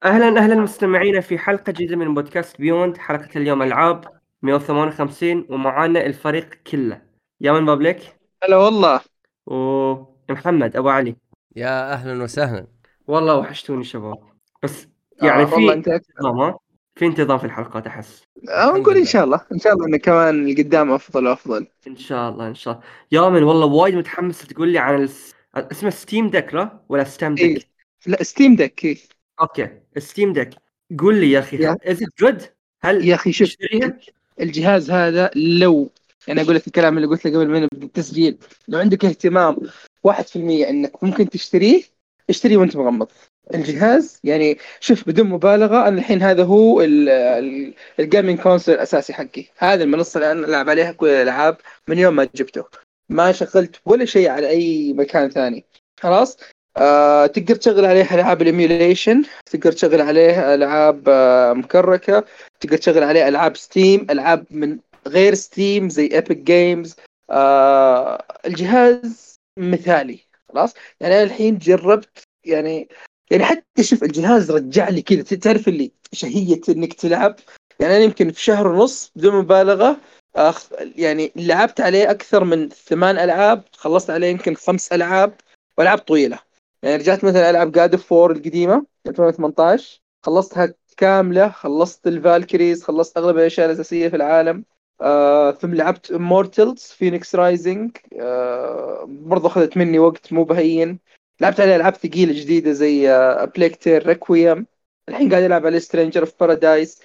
أهلا أهلا مستمعينا في حلقة جديدة من بودكاست بيوند. حلقة اليوم ألعاب 158 ومعانا الفريق كله. يا بابليك هلا والله. ومحمد أبو علي. يا أهلا وسهلا. والله وحشتوني شباب. بس يعني والله في انت اكثر. انتظام، ها؟ في انتظام في الحلقات أحس. الحمد نقول ان لله. شاء الله ان شاء الله ان كمان القدام افضل وافضل. إن شاء الله إن شاء الله. يا من والله وايد متحمس تقول لي عن اسمه ستيم دك، لا ولا ستام اي، دك؟ لا ستيم دك إيه. أوكي ستيم دك. قول لي يا أخي، يا is it good؟ يا هل اخي شوف، تشتريها؟ الجهاز هذا لو، يعني اقول لك الكلام اللي قلت له قبل ما نبدا التسجيل، لو عندك اهتمام 1% انك ممكن تشتريه، اشتريه وانت مغمض. الجهاز يعني شوف بدون مبالغه، انا الحين هذا هو الجيمنج كونسول الاساسي حقي، هذه المنصه اللي انا العب عليها كل الالعاب من يوم ما جبته. ما شغلت ولا شيء على اي مكان ثاني. خلاص. تقدر تشغل عليه العاب الايميوليشن، تقدر تشغل عليه العاب مكركه، تقدر تشغل عليه العاب ستيم، العاب من غير ستيم زي ايبك جيمز. الجهاز مثالي. خلاص. يعني انا الحين جربت، يعني حتى شوف الجهاز رجع لي كذا، تعرف اللي شهية انك تلعب. يعني انا يمكن في شهر ونص بدون مبالغة، يعني لعبت عليه اكثر من 8 العاب، خلصت عليه يمكن 5 العاب، والعاب طويلة. يعني رجعت مثلا العب جاد اوف 4 القديمة 2018، خلصتها كاملة، خلصت الفالكريز، خلصت أغلب الأشياء الأساسية في العالم. ثم لعبت مورتلز فينيكس رايزنج، برضو أخذت مني وقت مو بهين. لعبت عليه ألعاب ثقيلة جديدة زي بليكتير ريكويم. الحين قاعد ألعب على سترينجر اوف بارادايس.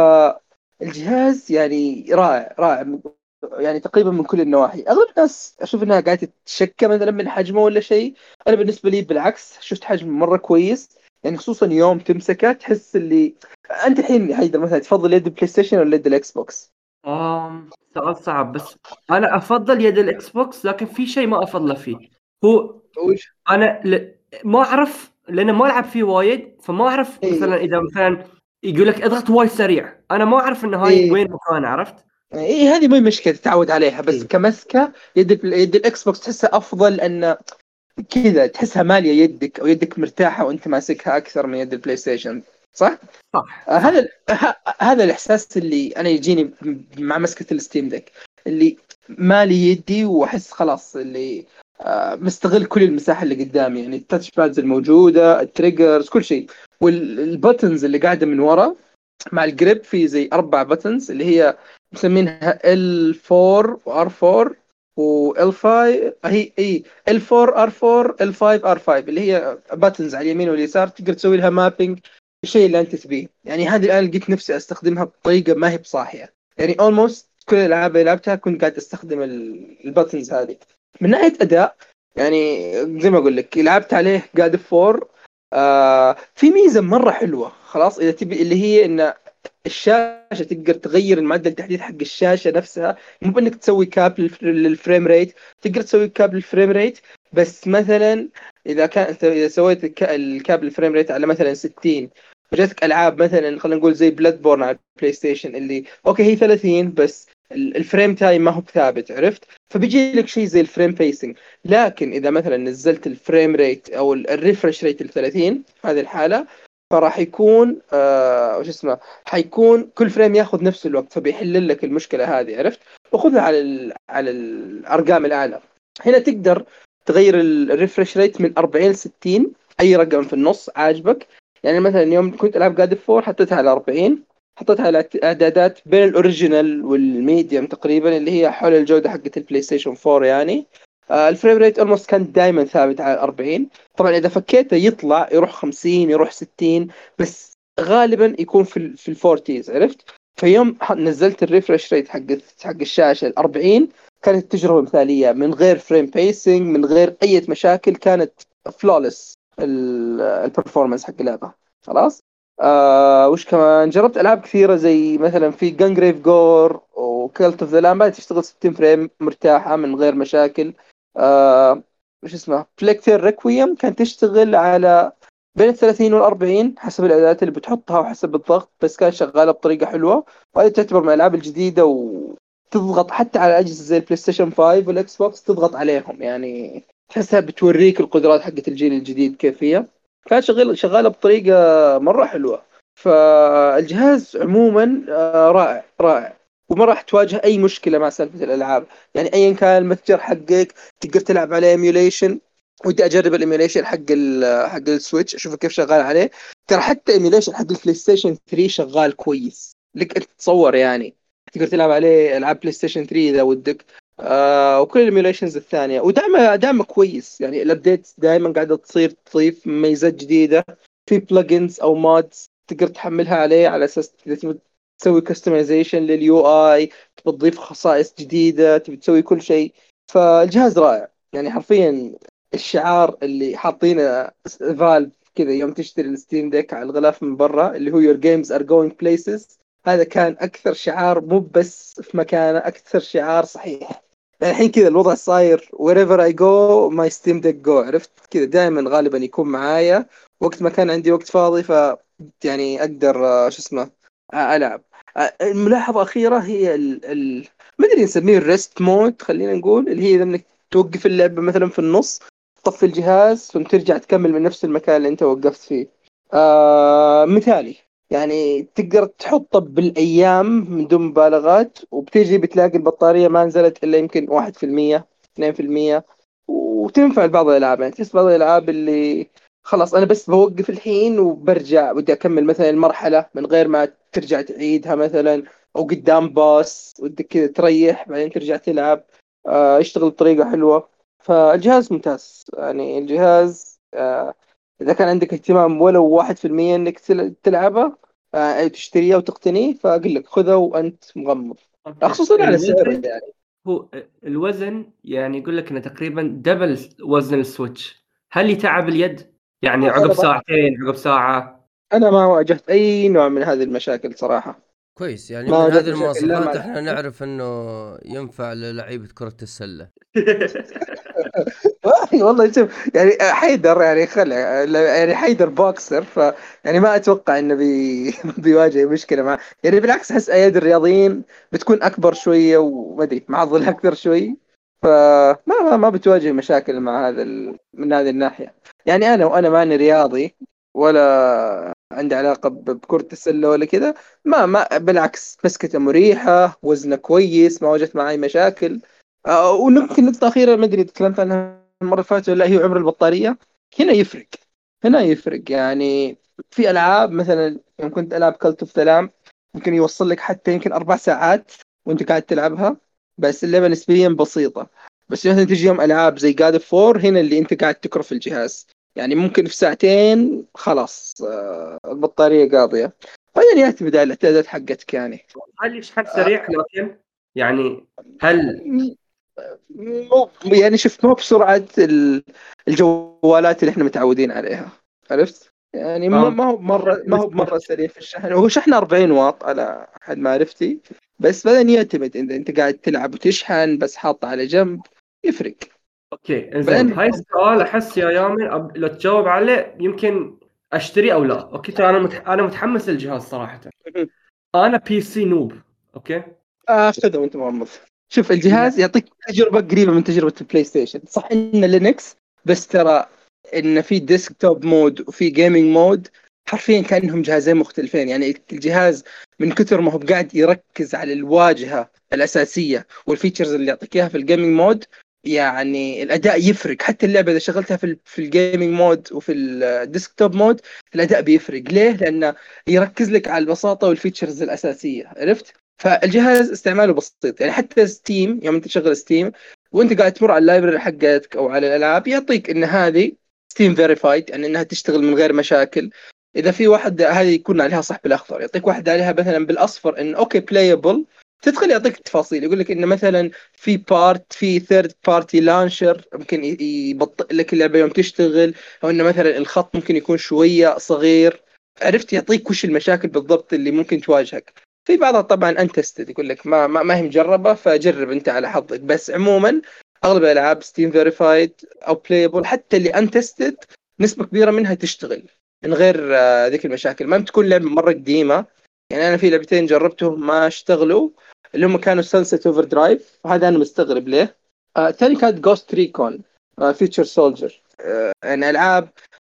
فالجهاز يعني رائع رائع، يعني تقريبا من كل النواحي. أغلب الناس أشوف إنها قاعدة تتشكى مثلا من حجمه ولا شيء، أنا بالنسبة لي بالعكس، شفت حجمه مرة كويس. يعني خصوصا يوم تمسكه تحس اللي انت الحين هيدا مثلا تفضل يد البلاي ستيشن ولا يد الاكس بوكس؟ سؤال صعب، بس أنا أفضل يد الإكس بوكس، لكن في شيء ما أفضله فيه. هو وش؟ أنا ما أعرف، لأن ما ألعب فيه وايد، فما أعرف اي مثلا إذا مثلا يقول لك اضغط وايد سريع، أنا ما أعرف إن هاي اي وين مكانه، عرفت؟ اي، هذه مو مشكله تتعود عليها، بس إيه. كمسكه يد الاكس بوكس تحسها افضل، لان كذا تحسها ماليه يدك، او يدك مرتاحه وانت ماسكها اكثر من يد البلاي ستيشن. صح؟ صح هذا صح. هذا الاحساس اللي انا يجيني مع مسكه الستيم ديك، اللي مالي يدي واحس خلاص اللي مستغل كل المساحه اللي قدامي. يعني التاتش بادز الموجوده، التريجرز، كل شيء، والبتنز اللي قاعده من ورا مع الجريب، في زي 4 بتنز اللي هي مسمينها L4 و R4 و L5. هي L4 R4 L5 R5، اللي هي باتنز على اليمين واليسار، تقدر تسوي لها مابينج الشيء اللي انت تبيه. يعني هذه الان لقيت نفسي استخدمها بطريقه ما هي بصاحيه. يعني اولموست كل الالعاب اللي لعبتها كنت قاعد استخدم الباتنز هذه. من ناحيه اداء، يعني زي ما اقول لك لعبت عليه قاعد فور. في ميزه مره حلوه، خلاص اذا تبي، اللي هي ان الشاشه تقدر تغير المعدل التحديث حق الشاشه نفسها. مو بانك تسوي كاب للفريم ريت، تقدر تسوي كاب للفريم ريت، بس مثلا اذا سويت الكاب للفريم ريت على مثلا 60، وجاتك العاب مثلا خلينا نقول زي بلاد بورن على البلاي ستيشن، اللي اوكي هي 30 بس الفريم تايم ما هو ثابت، عرفت؟ فبيجي لك شيء زي الفريم بيسنج. لكن اذا مثلا نزلت الفريم ريت او الريفرش ريت ل 30 في هذه الحاله، فراح يكون وش اسمه، حيكون كل فريم ياخذ نفس الوقت، فبيحل لك المشكله هذه، عرفت؟ وخذها على الارقام الاعلى. هنا تقدر تغير الريفرش ريت من 40 ل 60، اي رقم في النص عاجبك. يعني مثلا يوم كنت العب جاد فور حطيتها على 40، حطيتها على اعدادات بين الاوريجينال والميديوم تقريبا، اللي هي حول الجوده حقت البلاي ستيشن 4 يعني. الفريم ريت اولموست كان دائما ثابت على 40. طبعا اذا فكيته يطلع يروح 50 يروح 60، بس غالبا يكون في الفورتيز، عرفت؟ فيوم نزلت الريفرش ريت حق الشاشه ال 40، كانت تجربه مثاليه من غير فريم بيسنج، من غير اي مشاكل، كانت فلولس البرفورمانس حق اللعبه. خلاص. وش كمان جربت العاب كثيره زي مثلا في جانجريف جور وكيلت اوف ذا لامب، تشتغل 60 فريم مرتاحه من غير مشاكل. وش اسمه فليكتير ريكويم كانت تشتغل على بين 30 وال 40 حسب الاعدادات اللي بتحطها وحسب الضغط، بس كانت شغاله بطريقه حلوه. وهذه تعتبر من الالعاب الجديده، وتضغط حتى على اجهزه زي البلاي ستيشن 5 والاكس بوكس، تضغط عليهم يعني تحسها بتوريك القدرات حقت الجيل الجديد كيف هي. كانت شغالة بطريقة مرة حلوة. فالجهاز عموما رائع رائع، وما راح تواجه أي مشكلة مع سالفة الألعاب. يعني أيا كان المتجر حقك تقدر تلعب عليه ايميوليشن. ودي أجرب الايميوليشن حق السويتش أشوف كيف شغال عليه. ترى حتى ايميوليشن حق البلاي ستيشن 3 شغال كويس لك أنت تتصور يعني. تقدر تلعب عليه ألعاب بلاي ستيشن 3 إذا ودك. وكل الايميوليشنز الثانية، ودعمه كويس. يعني الابديت دائما قاعدة تصير تضيف ميزات جديدة في بلجنز او مودز تقدر تحملها عليه، على اساس اذا تبي تسوي كستمايزيشن لليو اي، تبي تضيف خصائص جديده، تبي تسوي كل شيء. فالجهاز رائع يعني حرفيا. الشعار اللي حاطينه فالف كذا يوم تشتري الستيم ديك على الغلاف من برا، اللي هو your games are going places، هذا كان اكثر شعار، مو بس في مكانه، اكثر شعار صحيح. يعني الحين كذا الوضع صاير wherever I go my Steam Deck go. عرفت كذا دائما غالبا يكون معايا وقت ما كان عندي وقت فاضي. يعني اقدر شو اسمه العب. الملاحظه اخيره هي ما ادري نسميه الريست مود، خلينا نقول، اللي هي اذا انك توقف اللعبه مثلا في النص، تطفي الجهاز ثم ترجع تكمل من نفس المكان اللي انت وقفت فيه. مثالي. يعني تقدر تحطه بالايام من دون مبالغات، وبتيجي بتلاقي البطاريه ما نزلت الا يمكن 1% 2%. وتنفع لبعض الالعاب. يعني تحس بعض الالعاب اللي خلاص انا بس بوقف الحين وبرجع بدي اكمل مثلا المرحله من غير ما ترجع تعيدها مثلا، او قدام باص ودك كذا تريح بعدين ترجع تلعب. يشتغل بطريقه حلوه. فالجهاز ممتاز. يعني الجهاز اذا كان عندك اهتمام ولو 1% انك تلعبه، تشتريه وتقتنيه، فاقول لك خذه وانت مغمض، اوكي. خصوصا على سعره الوزن، يعني. هو الوزن يعني يقول لك انه تقريبا دبل وزن السويتش. هل يتعب اليد؟ يعني عقب انا ما ساعتين، عقب ساعة؟ انا ما واجهت اي نوع من هذه المشاكل صراحه. كويس، يعني ما من واجهت هذه مشاكل لا مع المواصفات احنا الحجم. نعرف انه ينفع للعيبة كرة السلة. والله شوف يعني حيدر يعني يعني حيدر بوكسر. يعني ما اتوقع انه بيواجه مشكله معه. يعني بالعكس احس ايادي الرياضيين بتكون اكبر شويه وما ادري معضل اكثر شوي. فما بتواجه مشاكل مع من هذه الناحيه. يعني وانا ماني رياضي ولا عندي علاقه بكره السله ولا كذا. ما بالعكس مسكته مريحه، وزنه كويس، ما واجهت معي مشاكل. ويمكن نقطة أخيرة ما أدري تكلمت عنها المرة اللي فاتت ولا لا، هي عمر البطارية. هنا يفرق. هنا يفرق يعني. في ألعاب مثلا يوم كنت ألعب كلت اوف سلام ممكن يوصل لك حتى يمكن 4 ساعات وأنت قاعد تلعبها، بس اللعبة نسبيا بسيطة. بس مثلا تجي يوم ألعاب زي جاد فور، هنا اللي أنت قاعد تكرف الجهاز. يعني ممكن في ساعتين خلاص البطارية قاضية. بعدين يعتمد على الاعدادات حقتك يعني. هل يشحن سريع لكن يعني هل مو يعني شفت مو بسرعة الجوالات اللي احنا متعودين عليها. عرفت يعني آه، ما هو بمرة سريع في الشحن. هو شحن 40 واط على حد معرفتي. بس بعدين يعتمد اذا انت قاعد تلعب وتشحن بس حاطه على جنب، يفرق. اوكي انزين، بعدين هاي السؤال احس يا يامن لو تجاوب عليه يمكن اشتري او لا. اوكي ترى انا متحمس للجهاز صراحة. انا بي سي نوب. اوكي. خذه وانت مغمض. شوف الجهاز يعطيك تجربة قريبة من تجربة البلاي ستيشن. صح انه لينكس، بس ترى ان في ديسكتوب مود وفي جيمنج مود. حرفيا كانهم جهازين مختلفين. يعني الجهاز من كثر ما هو قاعد يركز على الواجهه الاساسيه والفيتشرز اللي يعطيك اياها في الجيمنج مود، يعني الاداء يفرق. حتى اللعبه اذا شغلتها في الجيمنج مود وفي الديسكتوب مود، الاداء بيفرق. ليه؟ لانه يركز لك على البساطه والفيتشرز الاساسيه. عرفت؟ فالجهاز استعماله بسيط. يعني حتى ستيم يوم انت تشغل ستيم وانت قاعد تمر على اللايبرري حقتك او على الالعاب، يعطيك ان هذه ستيم فيريفايد، يعني انها تشتغل من غير مشاكل. اذا في واحد هذه يكون عليها صح بالاخضر، يعطيك واحد عليها مثلا بالاصفر ان اوكي بلايبل. تدخل يعطيك التفاصيل، يقول لك انه مثلا في ثيرد بارتي لانشر ممكن يبطئ لك اللعبه يوم تشتغل، او انه مثلا الخط ممكن يكون شويه صغير. عرفت؟ يعطيك وش المشاكل بالضبط اللي ممكن تواجهك. في بعضها طبعا انتستد، يقول لك ما هي مجربه فجرب انت على حظك. بس عموما اغلب الالعاب ستيم فيريفايد او بلايبل. حتى اللي انتستد نسبه كبيره منها تشتغل من غير ذيك المشاكل. ما بتكون لعبه مره قديمه. يعني انا في لعبتين جربتهم ما اشتغلوا، اللي هم كانوا سانست اوفر درايف، وهذا انا مستغرب ليه. الثاني كانت جوست ريكون فيوتشر سولجر. يعني العاب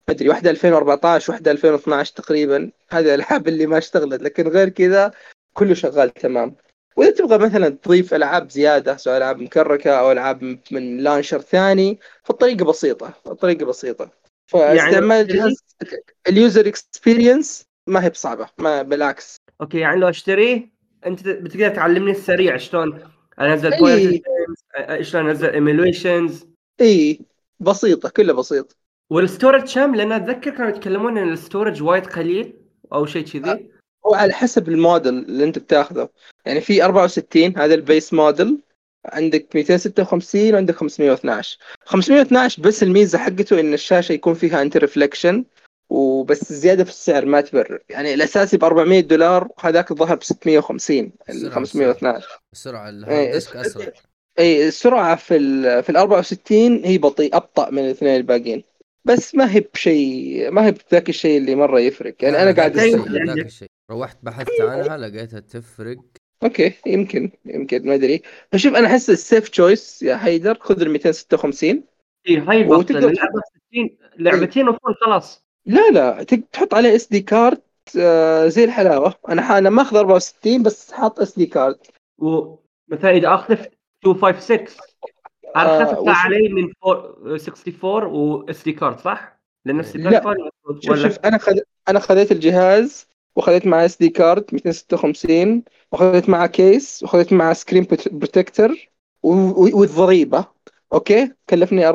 ما ادري واحده 2014 واحده 2012 تقريبا، هذه الالعاب اللي ما اشتغلت، لكن غير كذا كله شغال تمام. واذا تبغى مثلا تضيف العاب زياده، سواء العاب مكركه او العاب من لانشر ثاني، فالطريقه بسيطه، الطريقه بسيطه. يعني لو فاستعمال اشتريه، الجهاز، اليوزر اكسبيرينس ما هي بصعبه، ما بالعكس. اوكي يعني لو اشتريه انت بتقدر تعلمني السريع شلون انزل بايرت اي جيمز، شلون انزل ايميوليشنز. اي بسيطه، كلها بسيط. والستورج كم؟ لان اتذكر كانوا يتكلمون ان الستورج وايد قليل او شيء كذي. هو على حسب الموديل اللي انت بتاخذه. يعني في 64 هذا البيس موديل، عندك 256 وعندك 512. 512 بس الميزه حقته ان الشاشه يكون فيها انتي ريفلكشن، وبس الزياده في السعر ما تبرر. يعني الاساسي ب $400 وهذاك الظهر ب 650 ال السرعة السرعة 512. السرعة الهارد اي ديسك اسرع. اي السرعه في ال 64 هي ابطا من الاثنين الباقيين، بس ما هي بشيء، ما هي بذاك الشيء اللي مره يفرق. يعني لا انا ذاك قاعد متى الشيء يمكن استخدم. ذاك عندك؟ الشيء روحت بحثت عنها لقيتها تفرق. اوكي، يمكن ما ادري. فشوف انا احس السيف تشويس يا حيدر، خذ ال 256 اي هاي البطل وتقدر اللعبه تحط. 60 اي لعبتين وصول خلاص. لا تحط عليه اس دي كارد. زي الحلاوه. انا ماخذ 64 بس حاط اس دي كارد. ومثلا اذا اخذ 256 ارخص تطلع وشوف. علي من 64 واس دي كارد صح؟ لان اس دي كارد لا فاضي شوف ولا؟ انا خذيت الجهاز وخذيت معاه اس دي كارد 256، وخذيت معاه كيس، وخذيت معاه سكرين بروتكتور والضريبه. اوكي كلفني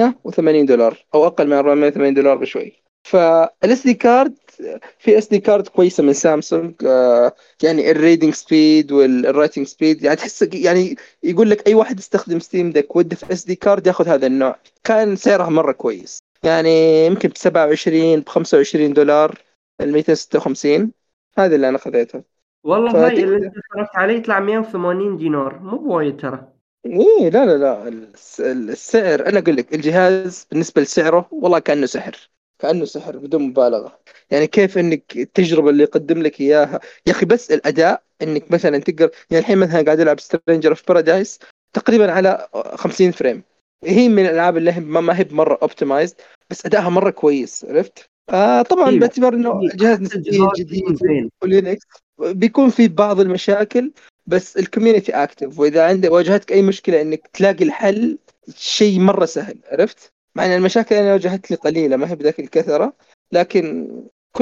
$480 او اقل من $480 بشوي. فالاس دي كارد، في اس دي كارد كويسه من سامسونج، يعني الريدنج سبيد والرايتنج سبيد، يعني تحس يعني يقول لك اي واحد يستخدم ستيم ديك وده في اس دي كارد ياخذ هذا النوع. كان سعرها مره كويس، يعني يمكن ب 27 ب $25 ال 256. هذا اللي انا خذيته. والله هاي اللي انت فتقدر. صرفت عليه يطلع 180 دينار، مو بوايد ترى. ايه لا السعر، انا اقول لك الجهاز بالنسبه لسعره والله كانه سحر، كانه سحر بدون مبالغه. يعني كيف انك التجربه اللي يقدم لك اياها يا اخي، بس الاداء انك مثلا تقدر، يعني الحين مثلا قاعد العب سترينجر اوف بارادايس تقريبا على 50 فريم. هي من الالعاب اللي هي ما هي مره اوبتمايزد، بس ادائها مره كويس، عرفت؟ طبعا ايوه باعتبار انه جهاز حتى نسبيا الجهاز يكون جديد زين. ولينكس، بيكون في بعض المشاكل، بس الكوميونتي اكتف، واذا عندك واجهتك اي مشكله انك تلاقي الحل شيء مره سهل، عرفت؟ مع ان المشاكل اللي واجهتني قليله ما هي بذاك الكثره، لكن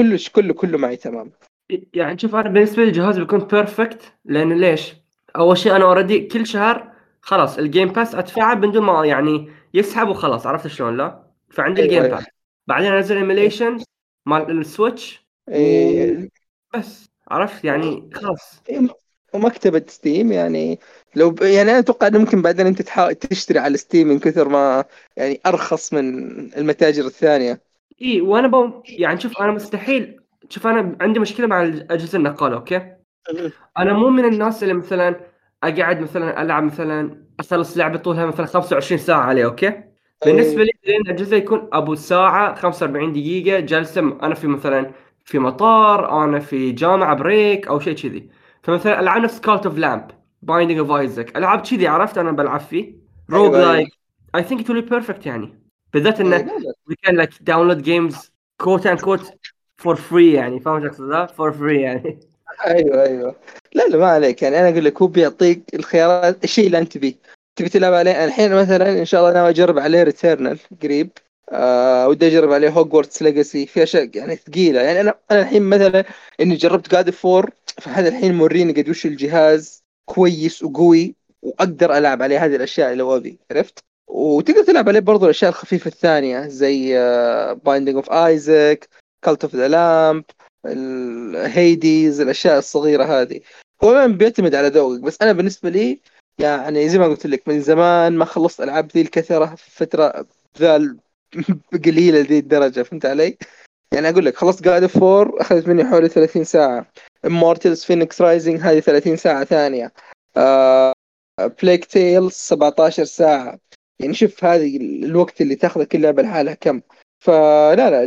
كله معي تمام. يعني شوف انا بالنسبه لي الجهاز بيكون بيرفكت، لان ليش؟ اول شيء انا اوريدي كل شهر خلاص الجيم باس ادفعه بدون ما يعني يسحب وخلاص، عرفت شلون لا؟ فعندي ايوه الجيم ايوه باس، بعدين انزل ايميليشن مال السويتش إيه، وبس، عرفت يعني خلاص. إيه، ومكتبة ستيم يعني. لو يعني انا اتوقع انه ممكن بعدين انت تحاول تشتري على ستيم من كثر ما يعني ارخص من المتاجر الثانية. اي وانا يعني شوف انا مستحيل، شوف انا عندي مشكله مع اجهزه النقال اوكي. انا مو من الناس اللي مثلا اقعد مثلا العب مثلا اخلص لعبه طولها مثلا 25 ساعه عليه اوكي. بالنسبه اي لي لين الاجهزه يكون ابو ساعه 45 دقيقه جلسه، انا في مثلا في مطار او انا في جامعه بريك او شيء كذي. فمثلا العاب نفس كارت اوف لامب، بايندينج اوف ايزك، العاب كذي عرفت انا بلعب فيه روج ايوه لايك. اي ثينك ات ويل بي بيرفكت يعني، بالذات اي انه لا لا we can like download games quote unquote for free، يعني فاهم ايش اقصد لا for free يعني. ايوه لا ما عليك. يعني انا اقول لك هو بيعطيك الخيارات، الشيء اللي انت تبي تلعب عليه. الحين مثلا ان شاء الله انا اجرب عليه ريتيرنال قريب. ودي اجرب عليه هوجورتس ليجاسي، في اشياء يعني ثقيله. يعني انا الحين مثلا اني جربت جاد فور، فهذا الحين موريني قد وش الجهاز كويس وقوي، واقدر العب عليه هذه الاشياء اللي ابي، عرفت؟ وتقدر تلعب عليه برضو الاشياء الخفيفه الثانيه زي بايندينج اوف ايزك، كالت اوف ذا لامب، الهيديز، الاشياء الصغيره هذه. هو بيعتمد على ذوقك، بس انا بالنسبه لي يعني زي ما قلت لك من زمان ما خلصت العاب ذي الكثره في فتره ذا قليله ذي الدرجه، فهمت علي؟ يعني اقول لك خلصت جاد اوف 4 اخذت مني حوالي 30 ساعه، امورتلز فينيكس رايزنج هذه 30 ساعه ثانيه، بليك تيل 17 ساعه. يعني شوف هذه الوقت اللي تاخذه كل لعبه لحالها كم. فلا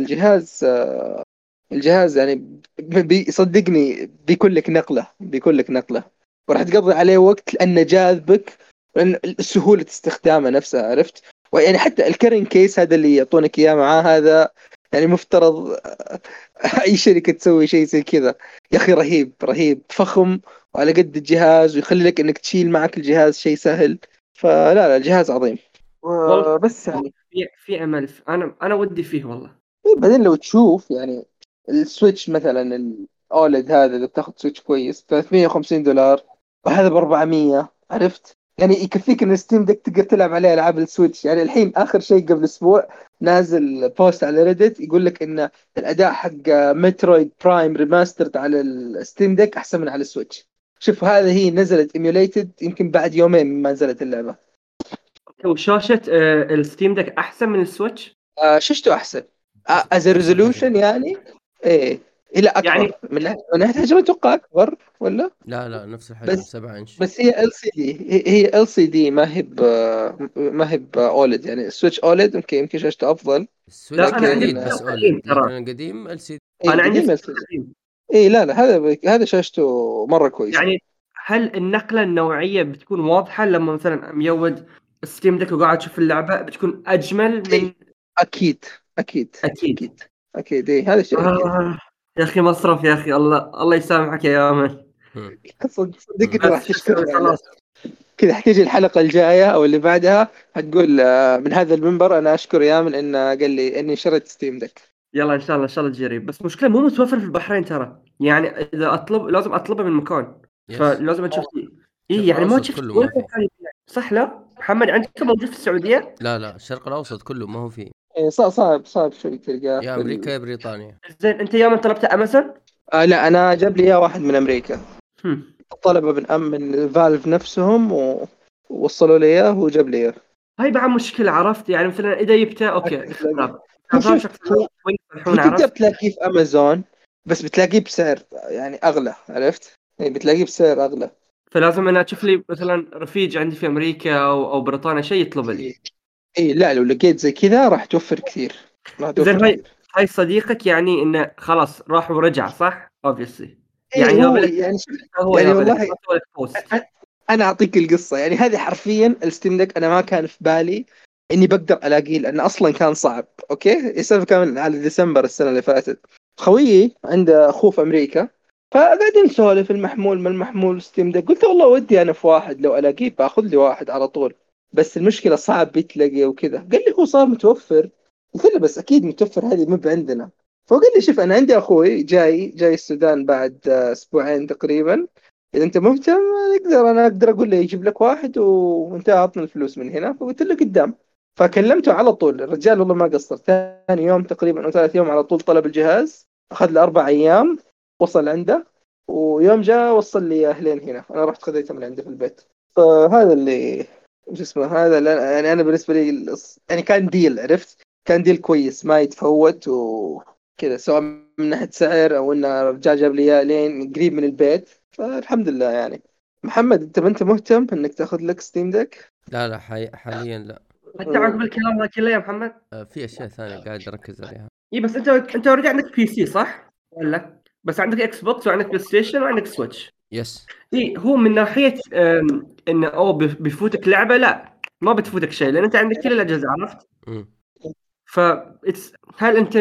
الجهاز يعني صدقني بيكون لك نقلة، وراح تقضي عليه وقت لأنه جاذبك، لأن سهولة استخدامه نفسها، عرفت؟ ويعني حتى الكرين كيس هذا اللي يعطونك إياه معاه هذا، يعني مفترض اي شركة تسوي شيء زي كذا. يا اخي رهيب رهيب، فخم وعلى قد الجهاز، ويخلي لك انك تشيل معك الجهاز شيء سهل. فلا لا، الجهاز عظيم. والله وبس يعني في امل، انا ودي فيه والله. بعدين لو تشوف يعني السويتش مثلا الاولد هذا، اذا بتاخذ سويتش كويس 350 دولار، وهذا ب 400، عرفت؟ يعني يكفيك ان ستيم ديك تقدر تلعب عليه العاب السويتش. يعني الحين اخر شيء قبل اسبوع نازل بوست على ريدت يقول لك ان الاداء حق مترويد برايم ريماسترد على الستيم ديك احسن من على السويتش. شوف، هذا هي نزلت ايميوليتد يمكن بعد يومين مما نزلت اللعبه. وشاشه الستيم ديك احسن من السويتش ششته احسن از نفس الحجم. ريزولوشن يعني. ايه، الى يعني. اكبر من ناحيه حجم، اتوقع اكبر ولا؟ لا نفس الحجم، بس 7 انش. بس هي ال سي دي، هي ال سي دي، ما هي اولد. يعني السويتش اولد يمكن شاشته افضل. السويتش لا انا عندي لكن الجديد بس اولد، قديم لكن ترى. القديم ال سي دي. انا اي عندي قديم ال سي دي. قديم. اي لا لا، هذا شاشته مره كويسه. يعني هل النقله النوعيه بتكون واضحه لما مثلا ميود ستيم ديك وقاعد تشوف اللعبه بتكون اجمل اي من؟ اكيد اكيد اكيد. اكيد اكيد، اي هذا شيء اكيد. يا اخي مصرف، يا اخي الله يسامحك يا يامن. هم. صدقني راح بس شو اسوي تشكرني عليه. خلاص. كذا حتيجي الحلقة الجاية أو اللي بعدها حتقول من هذا المنبر أنا أشكر يامن إنه قال لي إني شريت ستيم ديك. يلا ان شاء الله ان شاء الله تجرب، بس مشكله مو متوفر في البحرين ترى، يعني اذا اطلب لازم اطلبه من مكان، يس. فلازم اشوف. اي الشرق يعني ما الاوسط شفت كله ولا ما فيه. مكان يبيع. صح؟ لا محمد عندك موجود في السعوديه؟ لا الشرق الاوسط كله ما هو فيه. إيه، صعب شوي تلقاه يا في امريكا يا بريطانيا. زين انت يوم طلبت امازون؟ لا، أنا جاب لي إياه واحد من أمريكا. هم. طلبه من فالف نفسهم ووصلوا لي إياه وجاب لي إياه. هاي بعد مشكله، عرفت؟ يعني مثلا اذا جبته اوكي تلاقيه. اختلاف، هو فاهم شوف، شخص شوي هو يصلحون، تقدر عرفت؟ تلاقيه في أمازون، بس بتلاقيه بسعر يعني أغلى، عرفت؟ يعني بتلاقيه بسعر أغلى. فلازم انا اشوف لي مثلا رفيج عندي في امريكا او بريطانيا شيء يطلب لي. إيه إيه، لا لو لقيت زي كذا راح توفر كثير. راح توفر زين كثير. هاي صديقك يعني انه خلاص راح ورجع صح؟ obviously. ايه، يعني هو هو بلك، يعني هو يعني يا بلك والله ما سوى لك بوست. انا اعطيك القصه. يعني هذه حرفيا الستيم ديك انا ما كان في بالي اني بقدر الاقيه، لانه اصلا كان صعب. اوكي، السالفه كان على ديسمبر السنه اللي فاتت. خويي عنده اخوه في امريكا، فقاعدين نسولف المحمول ما المحمول ستيم ديك. قلت والله ودي انا في واحد، لو الاقيه باخذ لي واحد على طول. بس المشكله صعب بتلاقيه وكذا. قال لي هو صار متوفر. قلت له بس اكيد متوفر، هذه مو عندنا. فقال لي شوف، انا عندي اخوي جاي السودان بعد اسبوعين تقريبا. اذا انت مهتم انا اقدر اقول له يجيب لك واحد وانت اعطنا الفلوس من هنا. فقلت له قدام. فكلمته على طول الرجال، والله ما قصر. ثاني يوم تقريبا او ثالث يوم على طول طلب الجهاز. اخذ له 4 ايام وصل عنده. ويوم جاء وصل لي اهلين هنا، انا رحت خذيته من عنده في البيت. فهذا اللي شو اسمه، هذا اللي يعني انا بالنسبه لي يعني كان ديل، عرفت؟ كان ديل كويس ما يتفوت وكذا، سواء من ناحيه سعر او انه الرجال جاب لي اياه لين قريب من البيت. فالحمد لله يعني. محمد، انت ما انت مهتم انك تاخذ لك ستيم ديك؟ لا حاليا لا. انت عقب الكلام ذا كله يا محمد؟ في اشياء ثانيه قاعد اركز عليها. اي بس انت اوريدي عندك بي سي صح؟ ولا بس عندك اكس بوكس وعندك بلاي ستيشن وعندك سويتش؟ يس. اي هو من ناحيه انه بيفوتك لعبه، لا ما بتفوتك شيء لان انت عندك كل الاجهزه، عرفت؟ امم ف هل انت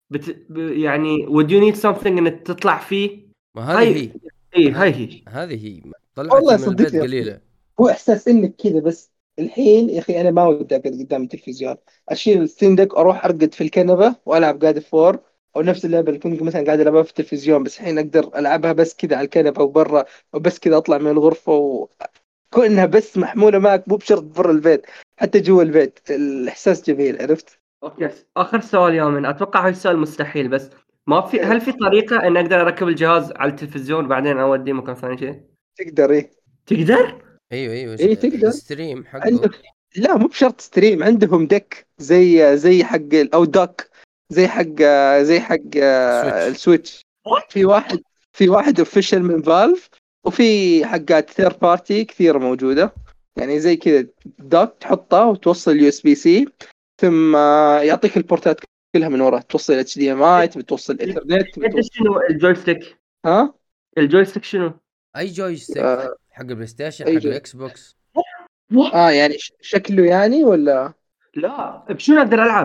يعني would you need something انك تطلع فيه؟ ما هذه هاي هي. اي هاي هي. هذه هي طلعتي والله من البيت صدقني قليله. هو احساس انك كذا بس. الحين يا اخي انا ما ودي اقعد قدام التلفزيون. اشيل الستيم ديك واروح ارقد في الكنبه والعب جاد فور، او نفس اللعبه اللي كنت مثلا قاعد العبها في التلفزيون، بس الحين اقدر العبها بس كذا على الكنبه وبرا، وبس كذا اطلع من الغرفه وكونها بس محموله معك، مو بشرط برا البيت، حتى جوا البيت الاحساس جميل، عرفت؟ اوكي اخر سؤال يا من، اتوقع هاي السؤال مستحيل، بس ما في، هل في طريقه ان اقدر اركب الجهاز على التلفزيون وبعدين اوديه مكان ثاني شيء؟ تقدر، ايه. تقدر؟ ايوه ايه تقدر. الستريم حقه. عندك، لا مو بشرط ستريم، عندهم دك زي حق او دوك، زي حق سويتش. السويتش. في واحد في واحد اوفيشال من فالف، وفي حقات ثيرد بارتي كثيرة موجودة. يعني زي كذا دوك تحطه وتوصل يو اس بي سي، ثم يعطيك البورتات كلها من ورا. توصل اتش دي ام اي، تبي توصل ايثرنت، تبي انت توصل. شنو الجويستيك؟ ها. الجويستيك شنو؟ اي جويستيك آه حق البلاي ستيشن، حق اي الاكس بوكس. يعني شكله يعني ولا؟ لا بشنو اقدر العب؟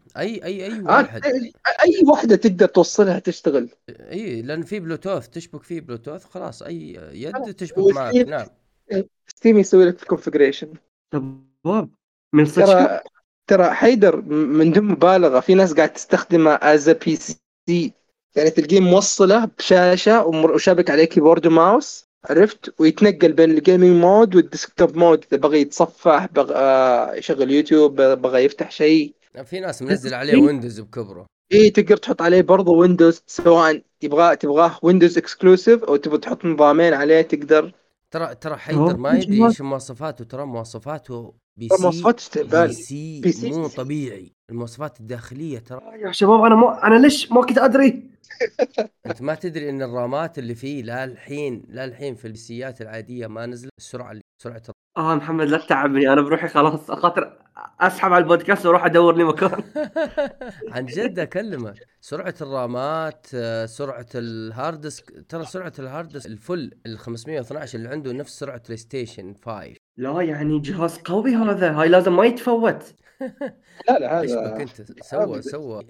اي واحد. اي واحده تقدر توصلها تشتغل. اي لان في بلوتوث، تشبك فيه بلوتوث خلاص، اي يد تشبك معك. نعم. ستيم يسوي لك الكونفجريشن. شباب من صدق ترى حيدر من دون مبالغه في ناس قاعد تستخدمه از بي سي، يعني تلقيه موصله بشاشه وشابك عليه كيبورد وماوس، عرفت، ويتنقل بين الجيمنج مود والديسكتوب مود اذا بغى يتصفح، بغى يشغل يوتيوب، بغى يفتح شيء. في ناس منزل عليه ويندوز بكبره. ايه تقدر تحط عليه برضه ويندوز، سواء تبغاه ويندوز اكسكلوسيف او تبغى تحط نظامين عليه تقدر. ترى حيدر ما يدري ايش مواصفاته. ترى مواصفاته مواصفات استهبال. بي سي مو طبيعي. المواصفات الداخليه ترى يا شباب انا ليش ما كنت ادري؟ انت ما تدري ان الرامات اللي فيه لا الحين في البيسيات العاديه ما نزلت سرعه محمد لا تتعبني، انا بروحي خلاص خاطر اسحب على البودكاست واروح ادور لي مكان. عن جد اكلمك، سرعه الرامات، سرعه الهارد ديسك. ترى سرعه الهارد ديسك الفل ال 512 اللي عنده نفس سرعه بلاي ستيشن 5. لا يعني جهاز قوي هذا، هاي لازم ما يتفوت. لا ايش هذا بك انت سوى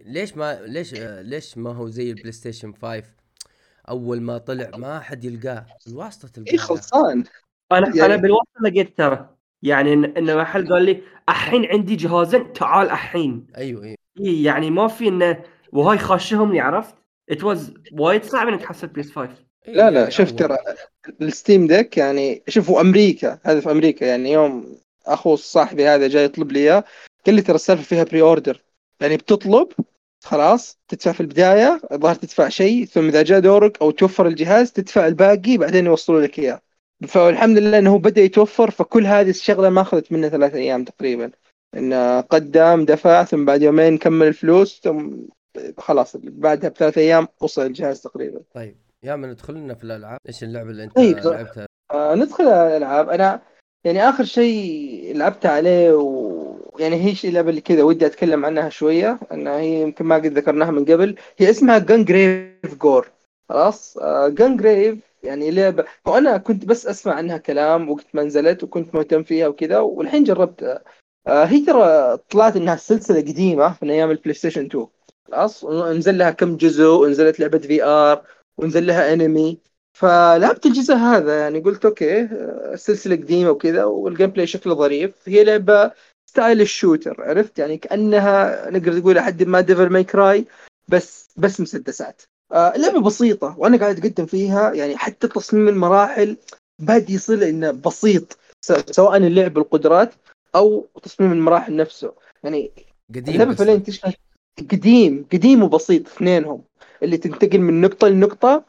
ليش ما هو زي البلاي ستيشن 5 اول ما طلع ما حد يلقاه، الواسطه تلقاه. ايه خلصان. انا يعني بالواسطه لقيت ترى، يعني ان محل قال لي الحين عندي جهازين تعال الحين. ايوه إيه يعني ما في انه وهاي خاشهم لي، عرفت. ات واز وايد صعب انك تحصل بيس 5. لا يعني شوف ترى الستيم ديك، يعني شوفوا امريكا، هذا في امريكا. يعني يوم اخو صاحبي هذا جاي يطلب لي اياه، قال لي ترى السالفه فيها بري اوردر، يعني بتطلب خلاص تدفع في البدايه، الظاهر تدفع شيء، ثم اذا جاء دورك او توفر الجهاز تدفع الباقي بعدين يوصلوا لك اياه. فالحمد لله انه بدا يتوفر، فكل هذه الشغله ما اخذت منه 3 ايام تقريبا، انه قدم دفع ثم بعد يومين كمل الفلوس، ثم خلاص بعدها ب3 ايام وصل الجهاز تقريبا. طيب يا من ندخل لنا في الالعاب. ايش اللعبه اللي انت طيب لعبتها؟ ندخل على الالعاب. انا يعني اخر شيء لعبت عليه يعني هي اللعبه اللي كذا ودي اتكلم عنها شويه، انها هي يمكن ما قد ذكرناها من قبل. هي اسمها جانجريف جور. خلاص جانجريف يعني لعبه، وانا كنت بس اسمع عنها كلام وقت ما نزلت وكنت مهتم فيها وكذا، والحين جربتها. هي ترى طلعت انها سلسله قديمه من ايام البلاي ستيشن 2. خلاص نزل لها كم جزء، ونزلت لعبه في ار، ونزل لها انمي. فلعبت الجزء هذا، يعني قلت اوكي السلسله قديمه وكذا، والجيم بلاي شكله ظريف. هي لعبه ستايل الشوتر، عرفت، يعني كانها نقدر نقول لحد ما ديفل ماي كراي، بس مسدسات. اللعبه بسيطه وانا قاعد اقدم فيها، يعني حتى تصميم المراحل بادي يصير انه بسيط، سواء اللعب القدرات او تصميم المراحل نفسه. يعني قديم اللعبه فعليا قصدك؟ تشبه قديم وبسيط اثنينهم، اللي تنتقل من نقطه لنقطه،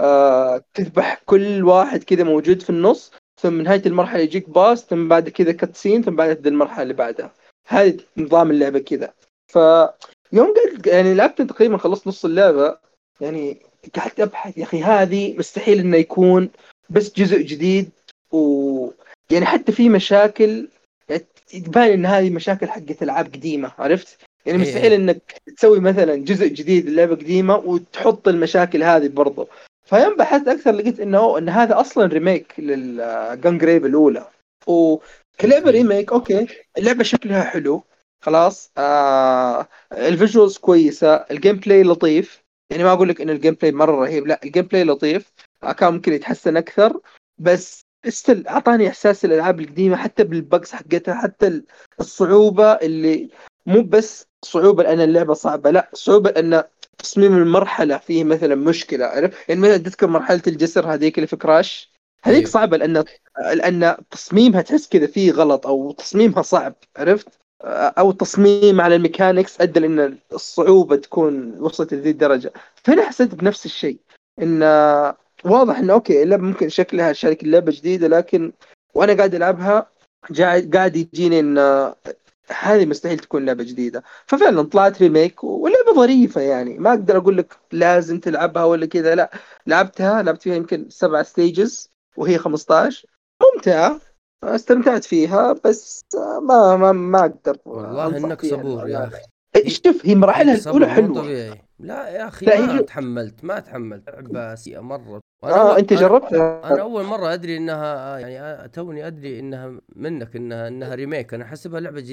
تذبح كل واحد كذا موجود في النص، ثم نهاية المرحلة يجيك باس، ثم بعد كذا كاتسين، ثم بعد تبدأ المرحلة اللي بعدها. هذا نظام اللعبة كذا. فيوم قلت يعني لعبت تقريبا خلصت نص اللعبة، يعني قعدت أبحث يا أخي هذه مستحيل إنه يكون بس جزء جديد. و يعني حتى في مشاكل، يعني تبان إن هذه مشاكل حقت ألعاب قديمة، عرفت. يعني مستحيل إنك تسوي مثلا جزء جديد للعبة قديمة وتحط المشاكل هذه برضه. فيوم بحثت اكثر لقيت ان هذا اصلا ريميك للجانجريف الاولى. وكلعبه ريميك اوكي، اللعبه شكلها حلو خلاص، الفيجوالز كويسه، الجيم بلاي لطيف. يعني ما اقول لك ان الجيم بلاي مره رهيب، لا الجيم بلاي لطيف، كان ممكن يتحسن اكثر، بس استل اعطاني احساس الالعاب القديمه، حتى بالبجز حقتها، حتى الصعوبه اللي مو بس صعوبه لان اللعبه صعبه، لا صعوبه ان تصميم المرحله فيه مثلا مشكله، عرف. يعني مثلا تذكر مرحله الجسر هذيك اللي في كراش، هذيك ايوه صعبه لان تصميمها تحس كذا فيه غلط، او تصميمها صعب، عرفت، او التصميم على الميكانكس ادى لان الصعوبه تكون وصلت لذي الدرجه. فهنا حسيت بنفس الشيء، ان واضح انه اوكي اللعبه ممكن شكلها شركه اللعبه جديده، لكن وانا قاعد العبها قاعد يجيني ان هذه مستحيل تكون لعبة جديدة. ففعلا طلعت ريميك ولعبة ظريفة، يعني ما أقدر أقول لك لازم تلعبها ولا كذا، لا لعبت فيها يمكن 7 ستيجز وهي 15، ممتعة، استمتعت فيها، بس ما أقدر والله أنصح انك فيها صبور يا للأمانة. اخي. شوف هي مراحلها فيك الأولى صبر مو حلوة. طبيعي. لا يا اخي لا هي ما تحملت لعبة سيئة مرة. أنت جربتها. انا اول مرة ادري انها، يعني توني ادري انها منك انها ريميك. انا حسبها لعبة جديدة.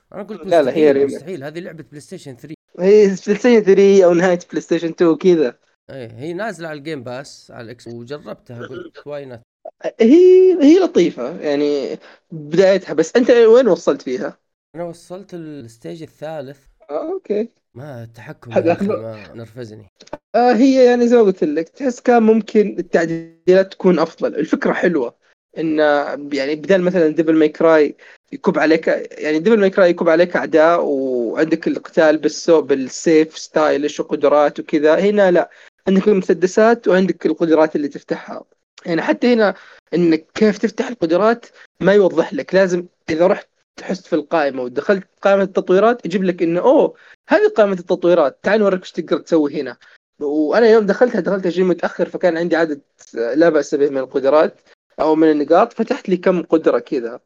انا قلت لا لا، هي مستحيل ريميك. مستحيل، هذه لعبه بلاي ستيشن 3. هي بلاي ستيشن 3 او نهايه بلاي ستيشن 2 كذا. ايه هي نازله على الجيم باس على الاكس، وجربتها قلت واي نوت. هي لطيفه يعني بدايتها، بس انت وين وصلت فيها؟ انا وصلت الستيج الثالث. اوكي. ما التحكم يا هذا اخي ما نرفزني. هي يعني زي ما قلت لك، تحس كان ممكن التعديلات تكون افضل. الفكره حلوه ان يعني بدل مثلا ديفل ماي كراي يكب عليك، يعني ديفل ماي كراي يكب عليك اعداء وعندك القتال بالسيف ستايلش وقدرات وكذا، هنا لا، عندك المسدسات وعندك القدرات اللي تفتحها. يعني حتى هنا انك كيف تفتح القدرات ما يوضح لك، لازم اذا رحت تحس في القائمه ودخلت قائمه التطويرات يجيب لك انه اوه هذه قائمه التطويرات، تعال نوريك ايش تقدر تسوي هنا. وانا يوم دخلت شيء متاخر، فكان عندي عدد لا باس به من القدرات او من النقاط، فتحت لي كم قدره كذا.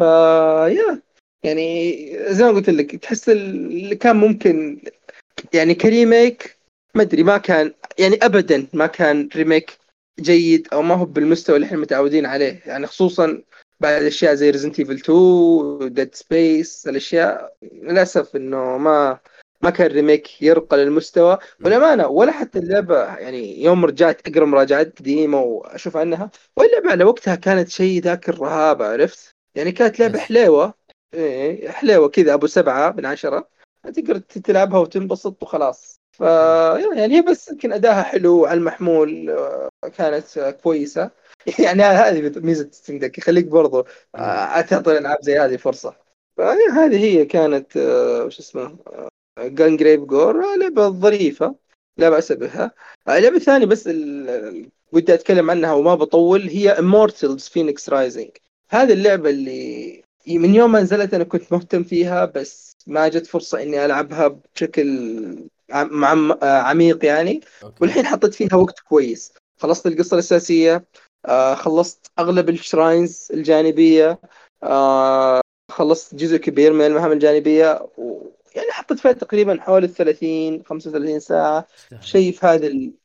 يا يعني زي ما قلت لك، تحس اللي كان ممكن يعني كريميك، ما ادري، ما كان يعني ابدا ما كان ريميك جيد، او ما هو بالمستوى اللي احنا متعودين عليه، يعني خصوصا بعد اشياء زي ريزنت ايفل 2 ديد سبيس، الاشياء للاسف انه ما كان ريميك يرقى للمستوى والامانه. ولا حتى اللعبه يعني يوم رجعت اقرا مراجعات قديمه واشوف عنها، واللعبه على وقتها كانت شيء ذاك الرهابه، عرفت يعني، كانت لعبه يس. حليوه. إيه، حليوه كذا، ابو 7 من 10، تقدر تلعبها وتنبسط وخلاص. يعني هي بس يمكن اداها حلو على المحمول، كانت كويسه. يعني هذه ميزه ستيم ديك، يخليك برضو تعطي الالعاب زي هذه فرصه. فهذه هي كانت وش اسمه جان جريف جور، لعبه ظريفه لا باس بها. لعبه ثانيه بس ودي اتكلم عنها وما بطول، هي Immortals Phoenix Rising. هذه اللعبه اللي من يوم ما نزلت انا كنت مهتم فيها، بس ما جت فرصة اني العبها بشكل عميق يعني. اوكي. والحين حطيت فيها وقت كويس، خلصت القصة الأساسية، خلصت أغلب الشراينز الجانبية، خلصت جزء كبير من المهام الجانبية، ويعني حطيت فيها تقريبا حوالي 30 35 ساعة، تستاهل. شيء في هذا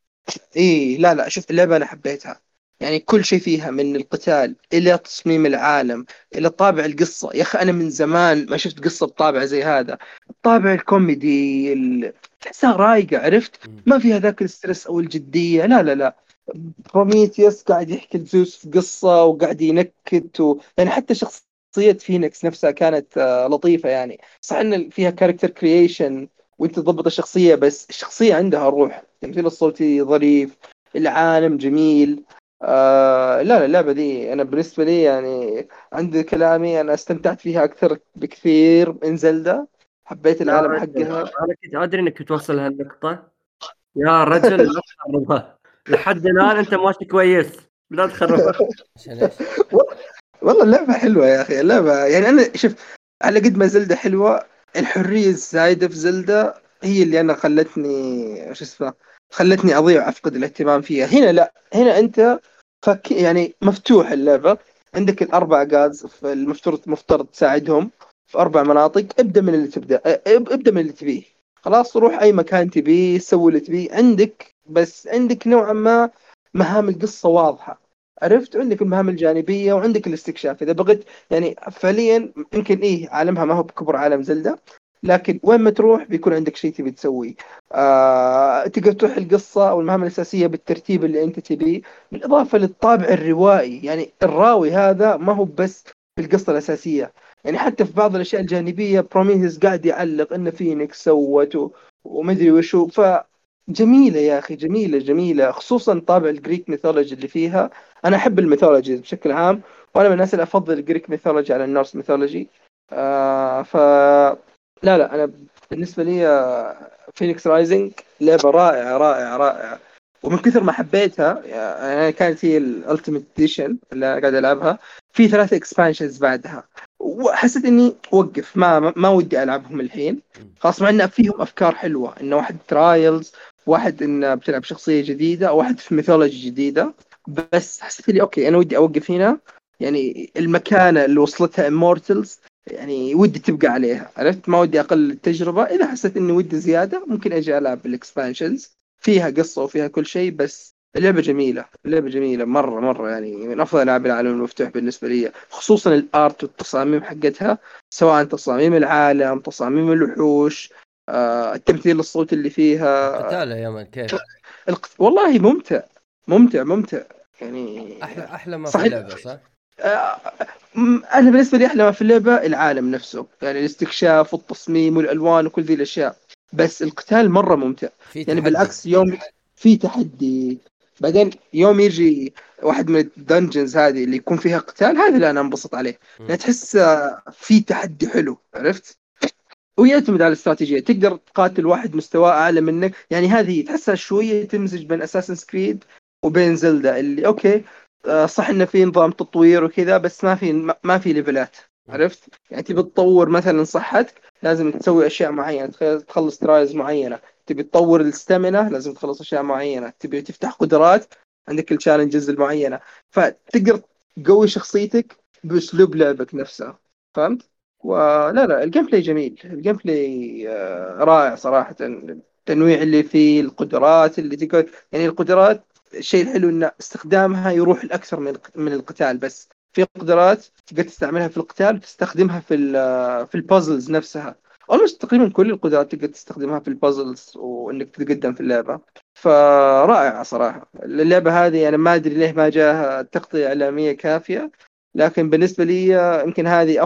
ايه. لا لا، شوف اللعبة انا حبيتها، يعني كل شيء فيها من القتال الى تصميم العالم الى طابع القصة. يا اخي انا من زمان ما شفت قصة بطابع زي هذا، الطابع الكوميدي تحسها رايقة، عرفت، مم. ما فيها ذاك الستريس او الجدية، لا لا لا. بروميثيوس قاعد يحكي لزوس في قصة وقاعد ينكت يعني حتى شخصية فينيكس نفسها كانت لطيفة يعني. صح ان فيها كاركتر كرييشن وانت تضبط الشخصية، بس الشخصية عندها روح، التمثيل الصوتي ظريف، العالم جميل. لا لا، اللعبة دي أنا بالنسبة لي يعني عندي كلامي، أنا استمتعت فيها أكثر بكثير من زلدة، حبيت يا العالم رجل حقها. انا كنت ادري انك بتوصل لهالنقطة. يا رجل لا تخربها، لحد الان انت ماشي كويس، لا تخربها. عشان ايش؟ والله اللعبة حلوة يا أخي، اللعبة يعني أنا شوف، على قد ما زلدة حلوة، الحرية الزايدة في زلدة هي اللي أنا خلتني شو اسمه، خلتني أضيع أفقد الاهتمام فيها. هنا لا، هنا أنت يعني مفتوح اللعبة، عندك الأربع جادز، مفترض تساعدهم في 4 مناطق. ابدأ من اللي تبدأ، ابدأ من اللي تبيه، خلاص روح أي مكان تبيه، سوي اللي تبيه عندك، بس عندك نوعا ما مهام القصة واضحة، عرفت، عندك المهام الجانبية وعندك الاستكشاف إذا بغيت. يعني فعليا يمكن إيه عالمها ما هو بكبر عالم زلدة، لكن وين ما تروح بيكون عندك شيء تبي تسويه. تقدر تروح القصة أو المهام الأساسية بالترتيب اللي أنت تبيه، بالإضافة للطابع الروائي. يعني الراوي هذا ما هو بس في القصة الأساسية، يعني حتى في بعض الأشياء الجانبية بروميثيوس قاعد يعلق إن فينيكس سوت ومدري وشو. جميلة يا أخي، جميلة جميلة، خصوصا طابع الجريك ميثولوجي اللي فيها. أنا أحب الميثولوجي بشكل عام، وأنا من الناس اللي أفضل الجريك ميثولوجي على النورس ميثولوجي. ف لا لا، أنا بالنسبة لي فينيكس رايزنج لعبة رائعة رائعة رائعة. ومن كثر ما حبيتها يعني كانت هي الالتيميت اديشن اللي أنا قاعد ألعبها، في 3 اكسبانشنز بعدها، وحسيت إني أوقف، ما ودي ألعبهم الحين، مم. خاص مع إن فيهم أفكار حلوة، إنه واحد ترايلز، واحد إن بتلعب شخصية جديدة، أو واحد في ميثولوجي جديدة. بس حسيت لي أوكي أنا ودي أوقف هنا، يعني المكانة اللي وصلتها Immortals يعني ودي تبقى عليها، عرفت، ما ودي أقل التجربة. إذا حسيت إني ودي زيادة ممكن أجي ألعب بالإكسبانشنز، فيها قصة وفيها كل شيء، بس اللعبة جميلة، اللعبة جميلة مرة يعني من أفضل ألعاب العالم المفتوح بالنسبة لي، خصوصا الآرت والتصاميم حقتها، سواء تصاميم العالم، تصاميم الوحوش، التمثيل الصوتي اللي فيها. القتال يا مان كيف؟ والله ممتع ممتع يعني. احلى ما في صحيح. اللعبه صح؟ آه، أنا بالنسبة لي أحلى ما في اللعبة العالم نفسه، يعني الاستكشاف والتصميم والألوان وكل ذي الأشياء، بس القتال مرة ممتع. في يعني تحدي. بالعكس، يوم في تحدي، بعدين يوم يجي واحد من الدنجنز هذه اللي يكون فيها قتال، هذا اللي أنا انبسط عليه، يعني تحس في تحدي حلو، عرفت؟ ويعتمد على الاستراتيجية، تقدر تقاتل واحد مستواه أعلى منك، يعني هذه تحسها شوية تمزج بين أساسن كريد وبين زلدا، اللي أوكي صح إنه في نظام تطوير وكذا، بس ما في ليفلات، عرفت؟ يعني تبي تطور مثلا صحتك، لازم تسوي أشياء معينة، تخلص ترايز معينة. تبي تطور الستامينا، لازم تخلص أشياء معينة. تبي تفتح قدرات، عندك التشالنجز المعينة، فتقدر تقوي شخصيتك بأسلوب لعبك نفسها. فهمت؟ ولا الجيم بلاي جميل، الجيم بلاي رائع صراحة. التنويع اللي فيه، القدرات اللي تقدر، يعني القدرات الشيء الحلو ان استخدامها يروح لأكثر من القتال، بس في قدرات تقدر تستعملها في القتال وتستخدمها في البازلز نفسها. almost تقريبا كل القدرات تقدر تستخدمها في البازلز وانك تتقدم في اللعبة. فرائع صراحة اللعبة هذه. انا ما ادري ليه ما جاها تغطية إعلامية كافية، لكن بالنسبة لي يمكن هذه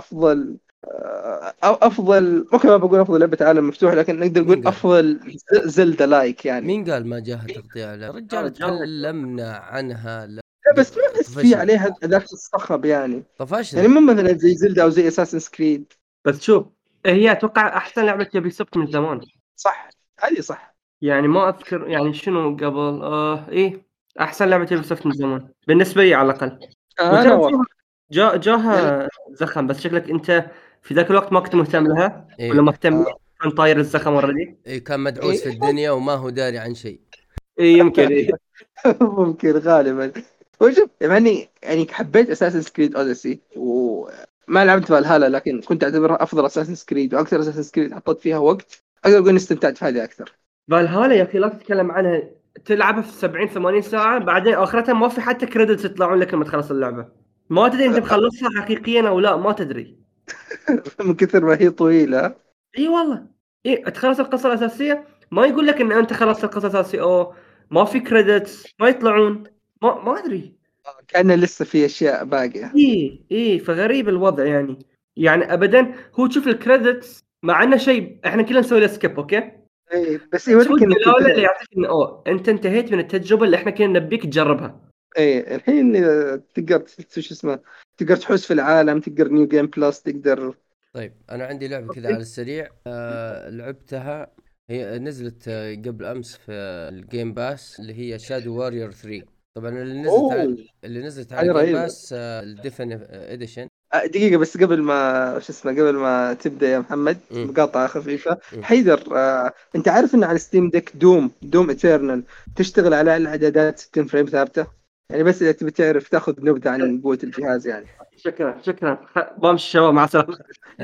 أو أفضل، ممكن ما بقول أفضل لعبة عالم مفتوح، لكن نقدر نقول مين قال؟ أفضل زلدا لايك يعني. مين قال ما جاها تغطية على رجال؟ جاها. تكلمنا عنها لا بس ما أحس في طفشنا عليها ذاك الصخب يعني. يعني طفشنا. مو مثلا زي زلدا أو زي أساسن كريد. بس شوف، هي أتوقع أحسن لعبة يوبي سوفت من زمان. صح، هذه صح. يعني ما أذكر يعني شنو قبل إيه أحسن لعبة يوبي سوفت من زمان بالنسبة لي على الأقل. أنا وترى وافق يعني. جاها زخم، بس شكلك أنت في ذاك الوقت ما كنت مهتم لها ولا ايه مهتم؟ آه. كان طاير الزخم اوريدي. إيه كان مدعوس إيه. في الدنيا وما هو داري عن شيء. إيه يمكن إيه. ممكن غالبا. وشوف يعني حبيت اساسن كريد اوديسي، وما لعبت فالهالا، لكن كنت اعتبرها افضل اساسن كريد واكثر اساسن كريد حطيت فيها وقت. اقدر اقول اني استمتعت في هذه اكثر. فالهالا يا أخي لا تتكلم عنها، تلعبها في 70 80 ساعة بعدين آخرتها ما في حتى كريدتس يطلعون لك لما تخلص اللعبة. ما تدري أنت مخلصها حقيقيا أو لا، ما تدري. من كثر ما هي طويله. اي والله. اي تخلص القصه الاساسيه ما يقول لك ان انت خلصت القصه الاساسيه، او ما في كريدتس ما يطلعون. ما ادري. كأنه لسه في اشياء باقيه. اي فغريب الوضع يعني ابدا. هو تشوف الكريدتس مع انه شيء احنا كلنا نسوي له سكيب اوكي، اي بس بس هو يوريك انك الدلاله اللي انتهيت. يعطيك انه انت انتهيت من التجربه اللي احنا كنا نبيك تجربها. اي الحين تقدر شو اسمه، تقدر تحوس في العالم، تقدر نيو جيم بلس، تقدر. طيب انا عندي لعبة كذا على السريع لعبتها. هي نزلت قبل امس في الجيم باس اللي هي شادو واريور 3. طبعا اوه، اللي نزلت على هذه جيم رهيبه. باس الديفن اديشن. دقيقة بس قبل ما شو اسمه، قبل ما تبدأ يا محمد، مقاطعة خفيفة. حيدر، انت عارف ان على ستيم ديك دوم اترنال تشتغل على الاعدادات 60 فريم ثابتة؟ يعني بس اذا تبي تعرف تاخذ نبذة عن قوة الجهاز يعني. شكرا بامشي الشباب مع السلامه.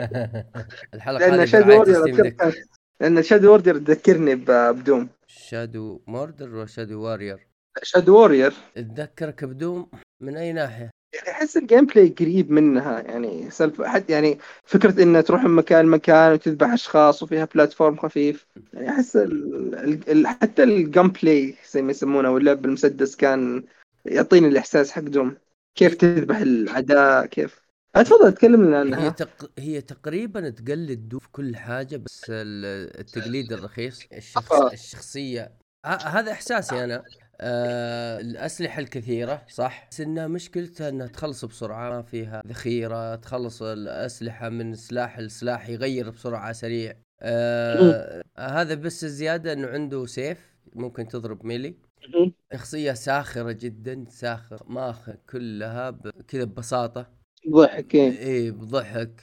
الحلقة هذه لان شادو برعاية ووردر ستيم اذكر ديك. لان شادو ووردر تذكرني بدوم. شادو موردر وشادو واريور. شادو وورير تذكرك بدوم من اي ناحية؟ يعني احس الجيم بلاي قريب منها، يعني حتى يعني فكرة ان تروح من مكان لمكان وتذبح اشخاص وفيها بلاتفورم خفيف. يعني احس حتى الجيم بلاي زي ما يسمونه، واللعب بالمسدس كان يعطيني الاحساس حق دوم، كيف هي تذبح الاعداء كيف. اتفضل اتكلم لنا هي عنها. هي تقريبا تقلد دو في كل حاجة، بس التقليد الرخيص آه. الشخصية. هذا إحساسي أنا. الأسلحة الكثيرة صح، بس إنها مشكلتها إنها تخلص بسرعة، ما فيها ذخيرة، تخلص الأسلحة من سلاح لسلاح يغير بسرعة سريع. هذا بس الزيادة إنه عنده سيف ممكن تضرب ميلي. شخصية ساخرة جدا، ساخر ماخذ كلها كذا ببساطة. ضحك إيه. ايه بضحك.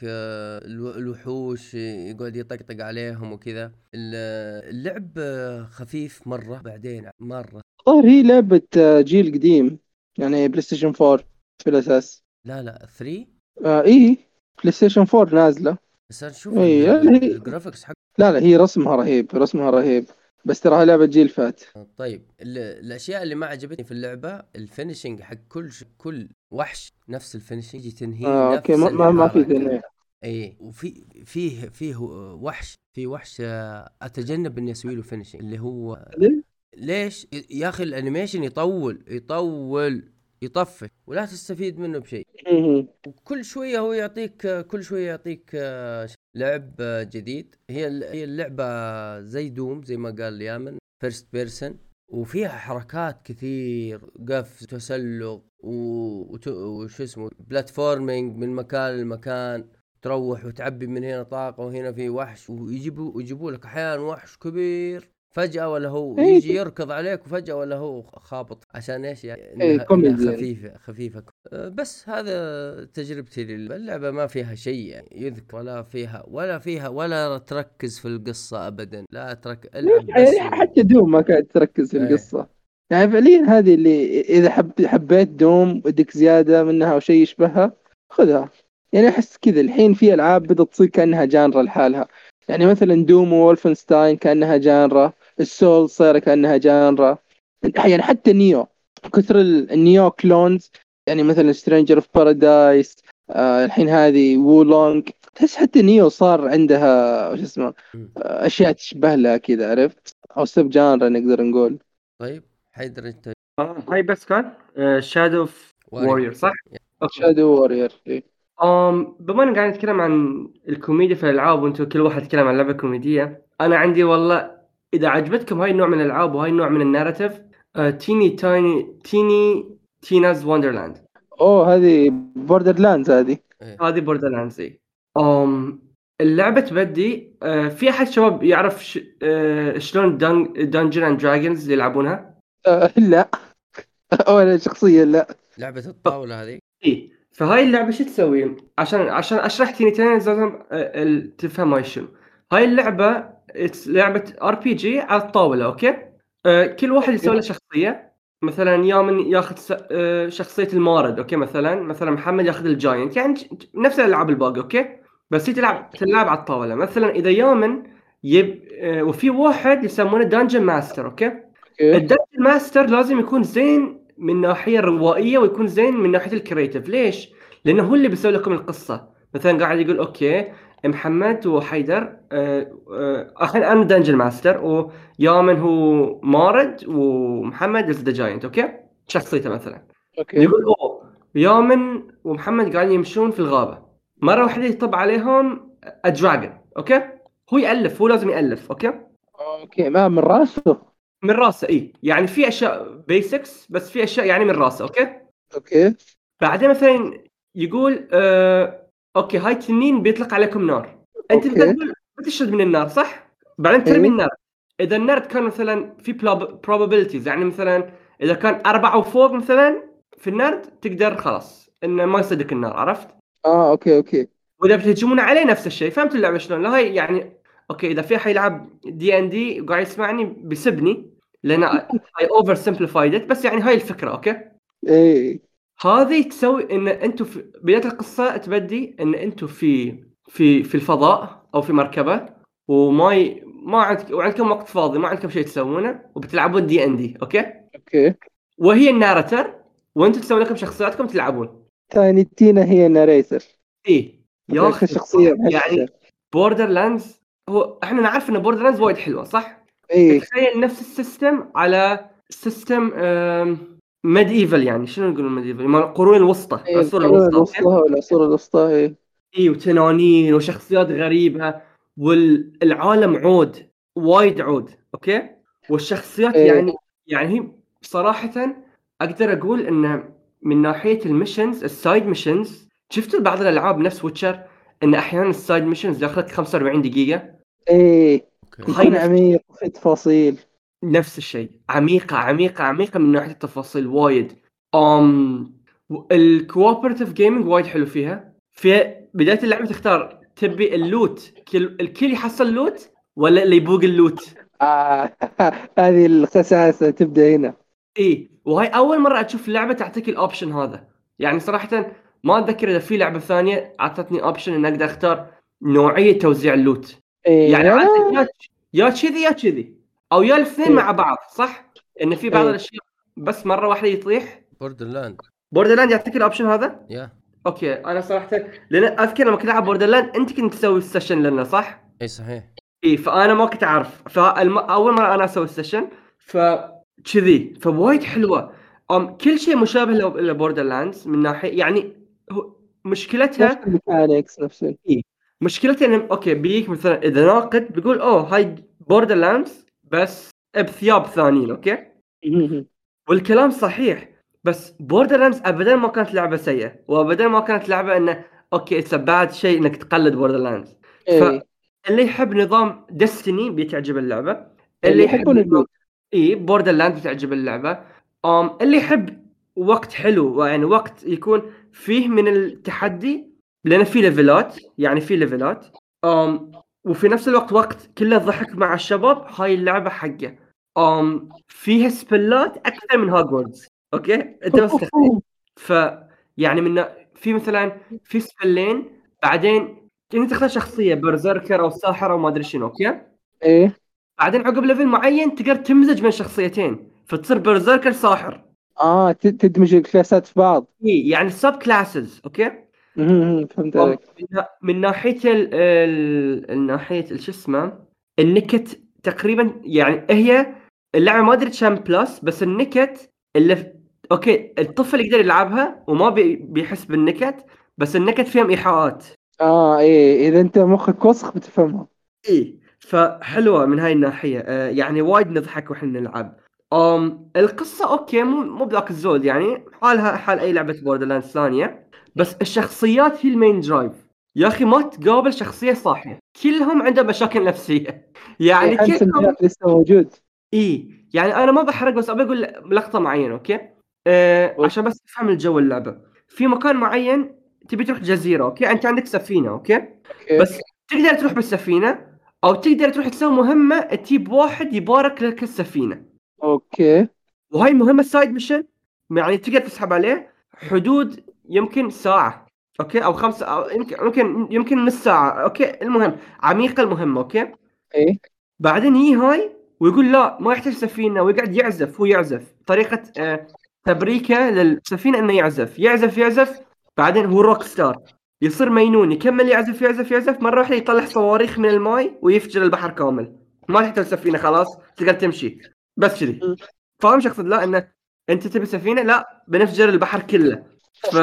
الوحوش يقعد يطقطق عليهم وكذا. اللعب خفيف مرة بعدين مرة. الظاهر هي لعبة جيل قديم، يعني بلاي ستيشن 4 في الاساس. لا 3. ايه، بلاي ستيشن 4 نازلة. بس انا اشوف ايه يعني الجرافيكس حق. لا هي رسمها رهيب، رسمها رهيب. بس ترى لعبة جيل فات. طيب الاشياء اللي ما عجبتني في اللعبه الفينشنج حق كل وحش نفس الفينشنج، يجي تنهيه اوكي، نفس ما في الحركه. ثنين. اي فيه وحش اتجنب اني اسوي له فينشنج، اللي هو ليش يا اخي الانيميشن يطفش ولا تستفيد منه بشيء. وكل شويه هو يعطيك لعب جديد. هي اللعبه زي دوم، زي ما قال يامن، فيرست بيرسون، وفيها حركات كثير، قفز، تسلق وش اسمه بلاتفورمينج من مكان لمكان، تروح وتعبي من هنا طاقة وهنا في وحش، ويجيبوا لك أحيانا وحش كبير فجأة، ولا هو يجي يركض عليك وفجأة ولا هو خابط. عشان ايش يعني؟ إنها خفيفة. بس هذا تجربتي للعبة. ما فيها شيء يعني يذكر، ولا تركز في القصة أبدا. لا العب بس. حتى دوم ما كانت تركز في القصة. يعني فعليا هذه اللي إذا حبيت دوم ودك زيادة منها أو شيء يشبهها خذها. يعني أحس كذا الحين في ألعاب بدأت تصير كأنها جانرا لحالها. يعني مثلا دوم وولفنستاين كأنها جانرا، السول صايرة كأنها جانرا. يعني حتى نيو، كثر النيو كلونز. يعني مثلا سترينجر اوف بارادايس، الحين هذه وولونج. تحس حتى نيو صار عندها وش اسمه اشياء تشبه لها كذا، عرفت؟ او سب جانرا نقدر نقول. طيب حيدر انت. هاي بس كان شادو اوف وورير صح؟ شادو وورير. بما ان قاعد نتكلم عن الكوميديا في الالعاب وانتم كل واحد يتكلم عن لعبه كوميديه، انا عندي والله اذا عجبتكم هاي النوع من الالعاب وهاي النوع من الناراتيف، تيناز وندرلاند. هذه بوردر لاندز. هذه بوردر لاندز. اللعبه تبدي في احد شباب يعرف شلون دنجن اند دراجونز اللي يلعبونها؟ لا ولا شخصيا لا. لعبه الطاوله هذه. فهاي اللعبة شو تسوي؟ عشان أشرح تاني لازم تفهم هاي شنو. هاي اللعبة لعبة RPG على الطاولة، أوكي؟ كل واحد يسوي له شخصية. مثلا يامن ياخذ شخصية المارد، أوكي؟ مثلا محمد ياخذ الجاينت، يعني نفس الألعاب الباقي، أوكي؟ بس هي تلعب على الطاولة. مثلا إذا يامن وفي واحد يسمونه دانجن ماستر، أوكي؟ الدانجن ماستر لازم يكون زين من الناحية الروائية ويكون زين من ناحية الكرياتيف. ليش؟ لأنه هو اللي بيسوي لكم القصة. مثلا قاعد يقول أوكي محمد وحيدر الحين أنا دانجن ماستر ويامن هو مارد ومحمد از ذا جاينت، أوكي؟ شخصيته مثلا. يقول يامن ومحمد قاعدين يمشون في الغابة، مرة واحدة يطب عليهم دراجون، أوكي؟ هو يألف، هو لازم يألف، أوكي؟ ما من راسه اي يعني في اشياء بيسكس، بس في اشياء يعني من راسه. اوكي بعدين مثلا يقول اوكي هاي تنين بيطلق عليكم نار، انت تقول بتشرد من النار صح؟ بعدين ترمي النار. اذا النار كان مثلا في probabilities، يعني مثلا اذا كان 4 وفوق مثلا في النار تقدر خلاص انه ما يصدق النار، عرفت؟ اوكي واذا بتهجمون عليه نفس الشيء. فهمت اللعبه شلون؟ لا هاي يعني اوكي اذا في حيلعب D&D وقاعد يسمعني بيسبني لان I over simplified it، بس يعني هاي الفكره. اوكي هذه تسوي ان انتم في بدايه القصه تبدي ان انتم في الفضاء او في مركبه، ما عندكم وقت فاضي، ما عندكم شيء تسوونه وبتلعبون D&D. اوكي وهي النارتر وانتم تسوون لكم شخصياتكم تلعبون. ثاني تينا هي الناريتر. يا اخي شخصيه يعني بوردر لاندز، هو احنا نعرف ان بوردر لاندز وايد حلوه صح؟ تخيل نفس السيستم على سيستم ميديفل. يعني شنو نقول ميديفل؟ القرون الوسطى، العصور الوسطى. وتنانين وشخصيات غريبه والعالم عود، وايد عود. اوكي والشخصيات يعني هي بصراحه اقدر اقول ان من ناحيه الميشنز السايد ميشنز، شفتوا بعض الالعاب نفس ويتشر ان احيانا السايد ميشنز ياخذك 45 دقيقه. يكون عميق في التفاصيل. نفس الشيء، عميقه من ناحيه التفاصيل وايد. الكوبرتيف جيمنج وايد حلو فيها. في بدايه اللعبه تختار تبي اللوت الكل يحصل لوت ولا اللي يبوق اللوت. هذه الخساسه تبدا هنا. وهاي اول مره اشوف اللعبه تعطيك الاوبشن هذا. يعني صراحه ما اتذكر اذا في لعبه ثانيه اعطتني اوبشن ان اقدر اختار نوعيه توزيع اللوت. يعني يا كذي يا كذي. او يا الاثنين مع بعض، صح؟ ان في بعض إيه. الاشياء بس مره واحده يطيح. بوردرلاند بوردرلاند يعطيك الاوبشن هذا. يا اوكي انا صراحه لان اذكر لما كنت العب بوردرلاند انت كنت تسوي السيشن لنا، صح؟ اي صحيح. اي فانا ما كنت اعرف، فاول مره انا اسوي السيشن فكذي، فوايد حلوه. كل شيء مشابه لبوردرلاندز من ناحيه، يعني مشكلتها نفس الميكانكس نفس إيه. مشكلتي انه اوكي بيجيك مثلا اذا ناقد بيقول اوه هاي بوردرلاندز بس بثياب ثانيين، اوكي والكلام صحيح، بس بوردرلاندز ابدا ما كانت لعبه سيئه، وابدا ما كانت لعبه انه اوكي اتس باد شيء انك تقلد بوردرلاندز. إيه. فاللي يحب نظام ديستني بتعجب اللعبه، اللي يحب يحبون نظام البيت. بوردرلاند بتعجب اللعبه. اللي يحب وقت حلو، يعني وقت يكون فيه من التحدي لان في ليفلات، يعني في ليفلات وفي نفس الوقت وقت كله ضحك مع الشباب، هاي اللعبه حقه. فيها سبلات اكثر من هوجوردز، اوكي انت بس تخيل. ف يعني من في مثلا في سبلين بعدين انت تختار شخصيه برزركر او ساحر او ما ادري شنو، اوكي إيه. بعدين عقب ليفل معين تقدر تمزج بين شخصيتين فتصير برزركر ساحر. تدمج الكلاسات في بعض. يعني سب كلاسز، اوكي. فهمت عليك. من ناحيه الناحيه شو اسمه النكت تقريبا، يعني هي اللعبه ما ادري كم بلس، بس النكت اللي اوكي الطفل يقدر يلعبها وما بيحس بالنكت، بس النكت فيهم ايحاءات. إيه، إذا أنت مخك وسخ بتفهمها. ايه فحلوه من هاي الناحيه. يعني وايد نضحك واحنا نلعب. القصه اوكي مو بذاك الزود، يعني حالها حال اي لعبه بوردرلاند ثانيه، بس الشخصيات هي المين درايف. يا اخي ما تقابل شخصيه صاحيه كلهم عندهم مشاكل نفسيه يعني هانسن كلهم. جاك لسه موجود. يعني انا ما بحرق، بس ابي اقول لقطه معينه، اوكي عشان بس تفهم الجو. اللعبه في مكان معين تبي تروح جزيره، اوكي انت عندك سفينه، اوكي بس تقدر تروح بالسفينه او تقدر تروح تسوي مهمه تجيب واحد يبارك لك السفينه. اوكي. وهاي المهمه السايد ميشن، يعني تقدر تسحب عليه حدود يمكن ساعه، اوكي او 5 أو يمكن نص ساعه، اوكي المهم عميقه المهمه، اوكي ايه. بعدين هاي ويقول لا ما يحتاج سفينه، ويقعد يعزف، هو يعزف طريقه تبريكه للسفينه انه يعزف. بعدين هو روك ستار، يصير مينون، يكمل يعزف مره واحده يطلع صواريخ من الماي ويفجر البحر كامل. ما تحتاج سفينه، خلاص تقدر تمشي بس كذي. فاهم شو اقصد؟ لا انه انت تبي سفينه، لا بنفجر البحر كله. ف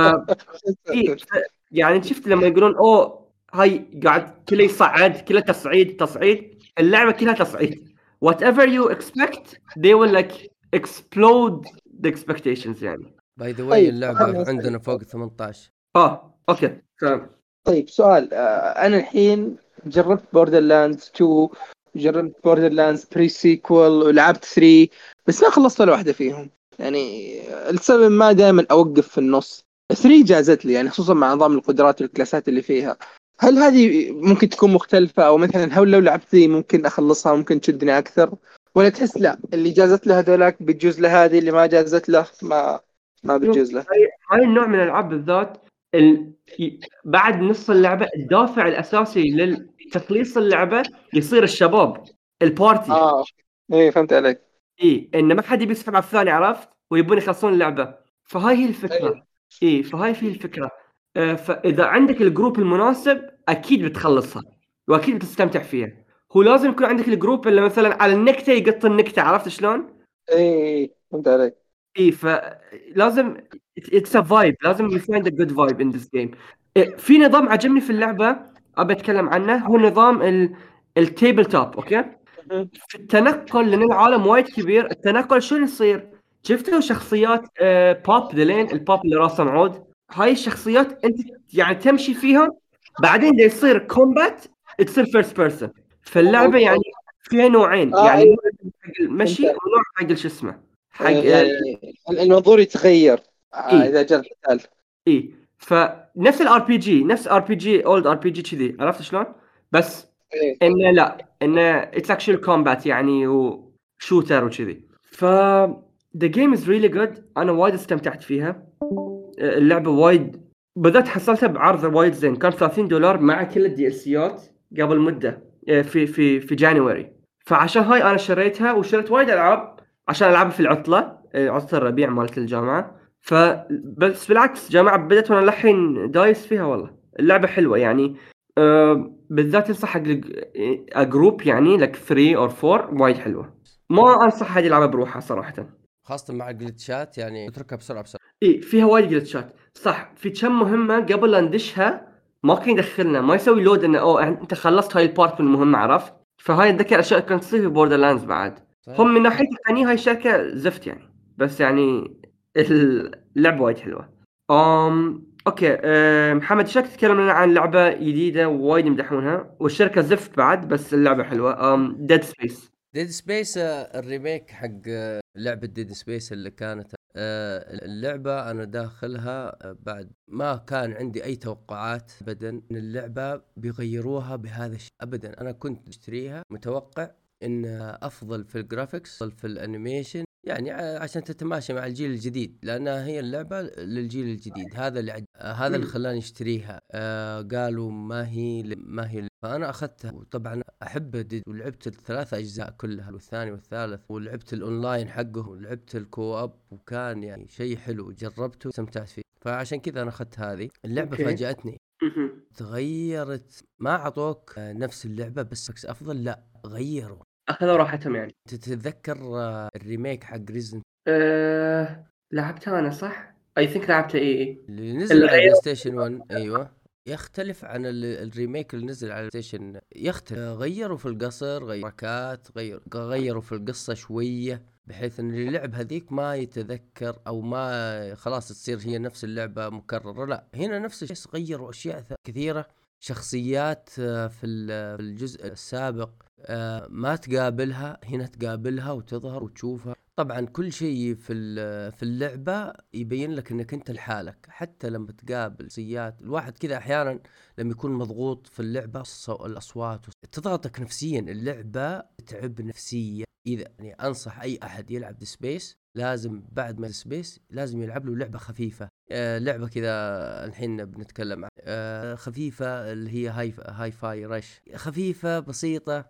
يعني شفت لما يقولون اوه هاي قاعد كله يصعد، كله تصعيد، اللعبه كلها تصعيد. whatever you expect they will like explode the expectations يعني. باي ذا واي طيب، اللعبه عندنا فوق 18. اوكي طيب سؤال. انا الحين جربت بوردرلاندز 2، جربت بوردرلاندز بري سيكوال، ولعبت 3، بس ما خلصت ولا واحده فيهم. يعني السبب ما دائما اوقف في النص. 3 جازت لي، يعني خصوصا مع نظام القدرات والكلاسات اللي فيها. هل هذه ممكن تكون مختلفة، او مثلا هل لو لعبت ذي ممكن اخلصها، ممكن تشدني اكثر، ولا تحس لا اللي جازت له هذولاك بتجوز له، هذه اللي ما جازت له ما بتجوز له؟ هاي النوع من الالعاب بالذات بعد نص اللعبه الدافع الاساسي لتخليص اللعبه يصير الشباب البارتي. ايه، فهمت عليك. ان ما حد يبي يسحب على الثاني، عرفت، ويبون يخلصون اللعبه. فهاي هي الفكره. فهاي فيه الفكره. فاذا عندك الجروب المناسب اكيد بتخلصها واكيد بتستمتع فيها. هو لازم يكون عندك الجروب اللي مثلا على النكته يقط النكته، عرفت شلون؟ ايه، فهمت عليك. فلازم اتس ا فايب، لازم يو فايند ا جود فايب ان ذيس جيم. في نظام عجبني في اللعبه ابى اتكلم عنه، هو نظام التيبل توب، اوكي في التنقل، لان العالم وايد كبير. التنقل شو يصير؟ شفتوا شخصيات بوب ديلين، البوب اللي راسه معود؟ هاي الشخصيات انت يعني تمشي فيهم، بعدين ده يصير كومبات تصير فيرست بيرسون. فاللعبه يعني فيها نوعين، يعني أيوة. نوع حق المشي ونوع حق شو اسمه حق يعني المنظور يتغير اذا جاء القتال. فنفس الار بي جي، نفس ار بي جي اولد ار بي جي كذي، عرفت شلون؟ بس انه لا انه اتس اكشن كومبات يعني وشوتر وكذي. ف the game is really good. انا وايد استمتعت فيها. اللعبه وايد بدأت حصلتها بعرض وايد زين، كان $30 مع كل الدي ال سيات قبل مده في جانوري. فعشان هاي انا شريتها وشريت وايد العاب عشان العبها في العطله، عطله الربيع مالت الجامعه. فبس بالعكس جامعه بدت وانا للحين دايس فيها والله. اللعبه حلوه يعني، بالذات ينصح حق جروب يعني لك 3 او 4 وايد حلوه. ما انصح حد يلعبها بروحها صراحه. خاصة مع الجلتشات يعني تتركها بسرعة. اي فيها وايد جلتشات صح. في كم مهمه قبل لا ندشها ما كان يدخلنا، ما يسوي لود انه انت خلصت هاي البارت من المهمه، عرفت؟ فهاي اتذكر اشياء كانت تصير في بوردر لاندز بعد. صحيح. هم من ناحيه الثانيه هاي الشركه زفت يعني، بس يعني اللعبه وايد حلوه. اوكي، محمد شك تتكلم لنا عن لعبه جديده وايد يمدحونها والشركه زفت بعد، بس اللعبه حلوه. ديد سبيس. ديد سبيس الريميك حق لعبة ديد سبيس اللي كانت اللعبة أنا داخلها بعد ما كان عندي أي توقعات أبدا إن اللعبة بيغيروها بهذا الشيء أبدا. أنا كنت أشتريها متوقع إن أفضل في الجرافيكس، أفضل في الأنيميشن، يعني عشان تتماشى مع الجيل الجديد، لأنها هي اللعبة للجيل الجديد. هذا اللي هذا اللي خلاني اشتريها. قالوا ما هي فأنا أخذتها. وطبعا أحب ديد، ولعبت الثلاث أجزاء كلها، والثاني والثالث، ولعبت الأونلاين حقه، ولعبت الكواب، وكان يعني شيء حلو، جربته واستمتعت فيه. فعشان كذا أنا أخذت هذه اللعبة. أوكي. فاجأتني، تغيرت، ما أعطوك نفس اللعبة بس أفضل، لا غيروا، اخذوا راحتهم يعني. تتذكر الريميك حق ريزن لعبتها انا صح؟ اي ثينك لعبتها. اي اللي نزل على الغير. بلاي ستيشن 1؟ ايوه، يختلف عن الريميك اللي نزل على بلاي ستيشن. يختلف، غيروا في القصر، غيروا حركات، غيروا في القصة شوية، بحيث ان اللي لعب هذيك ما يتذكر او ما خلاص تصير هي نفس اللعبة مكررة. لا، هنا نفس الشيء، غيروا اشياء كثيرة. شخصيات في الجزء السابق ما تقابلها، هنا تقابلها وتظهر وتشوفها. طبعا كل شيء في اللعبة يبين لك انك انت لحالك. حتى لما تقابل شخصيات، الواحد كذا احيانا لما يكون مضغوط في اللعبة، الاصوات تضغطك نفسيا، اللعبة تتعب نفسيا. اذا يعني انصح اي احد يلعب دي سبيس لازم بعد ما سبيس لازم يلعب له لعبة خفيفة. لعبة كذا الحين بنتكلم عن خفيفة، اللي هي هاي فاي رش، خفيفة بسيطة.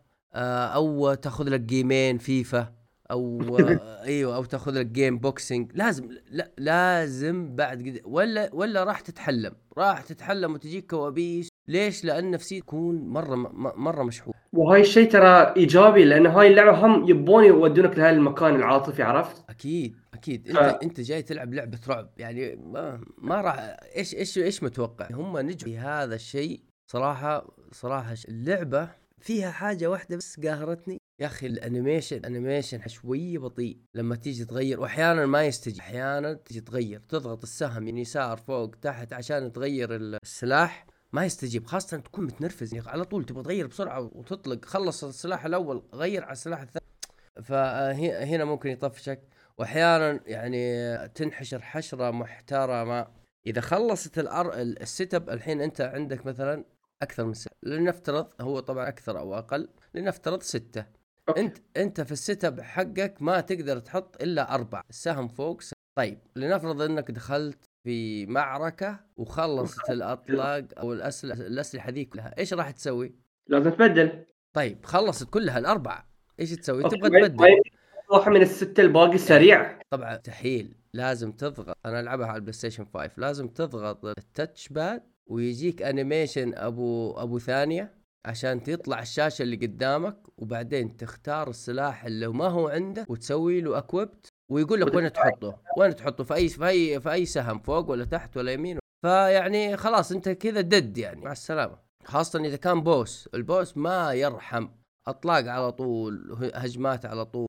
او تاخذ لك جيمين فيفا، او ايوه، او تاخذ لك جيم بوكسينج. لازم، لا لازم بعد ولا راح تتحلم وتجيك كوابيس. ليش؟ لان نفسيتك تكون مره مشحون. وهاي الشيء ترى ايجابي، لان هاي اللعبه هم يبون يودونك لهذا المكان العاطفي، عرفت؟ اكيد انت جاي تلعب لعبه رعب، يعني ما راح ايش متوقع. هم نجحوا في هذا الشيء صراحه. اللعبه فيها حاجه واحده بس قاهرتني يا اخي، الانيميشن شويه بطيء لما تيجي تغير، واحيانا ما يستجيب. احيانا تيجي تغير، تضغط السهم من يسار فوق تحت عشان تغير السلاح، ما يستجيب. خاصة تكون متنرفز يعني، على طول تبغى تغير بسرعة وتطلق، خلص السلاح الأول غير على السلاح الثاني. فهنا ممكن يطفشك. وأحيانا يعني تنحشر حشرة محترمة. إذا خلصت السيت اب، الحين أنت عندك مثلا أكثر من 6، لنفترض هو طبعا أكثر أو أقل، لنفترض 6. أنت في السيت اب حقك ما تقدر تحط إلا 4 السهم فوق. طيب لنفرض أنك دخلت في معركة وخلصت الأطلاق أو الأسلحة ذي كلها، إيش راح تسوي؟ لازم تبدل. طيب خلصت كلها ال4، إيش تسوي؟ تبغى تبدل. واحد من ال6 الباقي سريع. طبعا مستحيل، لازم تضغط. أنا ألعبها على البلاي ستيشن 5، لازم تضغط التاتش باد ويجيك أنيميشن أبو ثانية عشان تطلع الشاشة اللي قدامك، وبعدين تختار السلاح اللي ما هو عندك وتسوي له أكويبت، ويقول لك وين تحطه في أي سهم فوق ولا تحت ولا يمين. فيعني خلاص أنت كذا دد يعني، مع السلامة. خاصة إذا كان البوس ما يرحم، أطلاق على طول، هجمات على طول،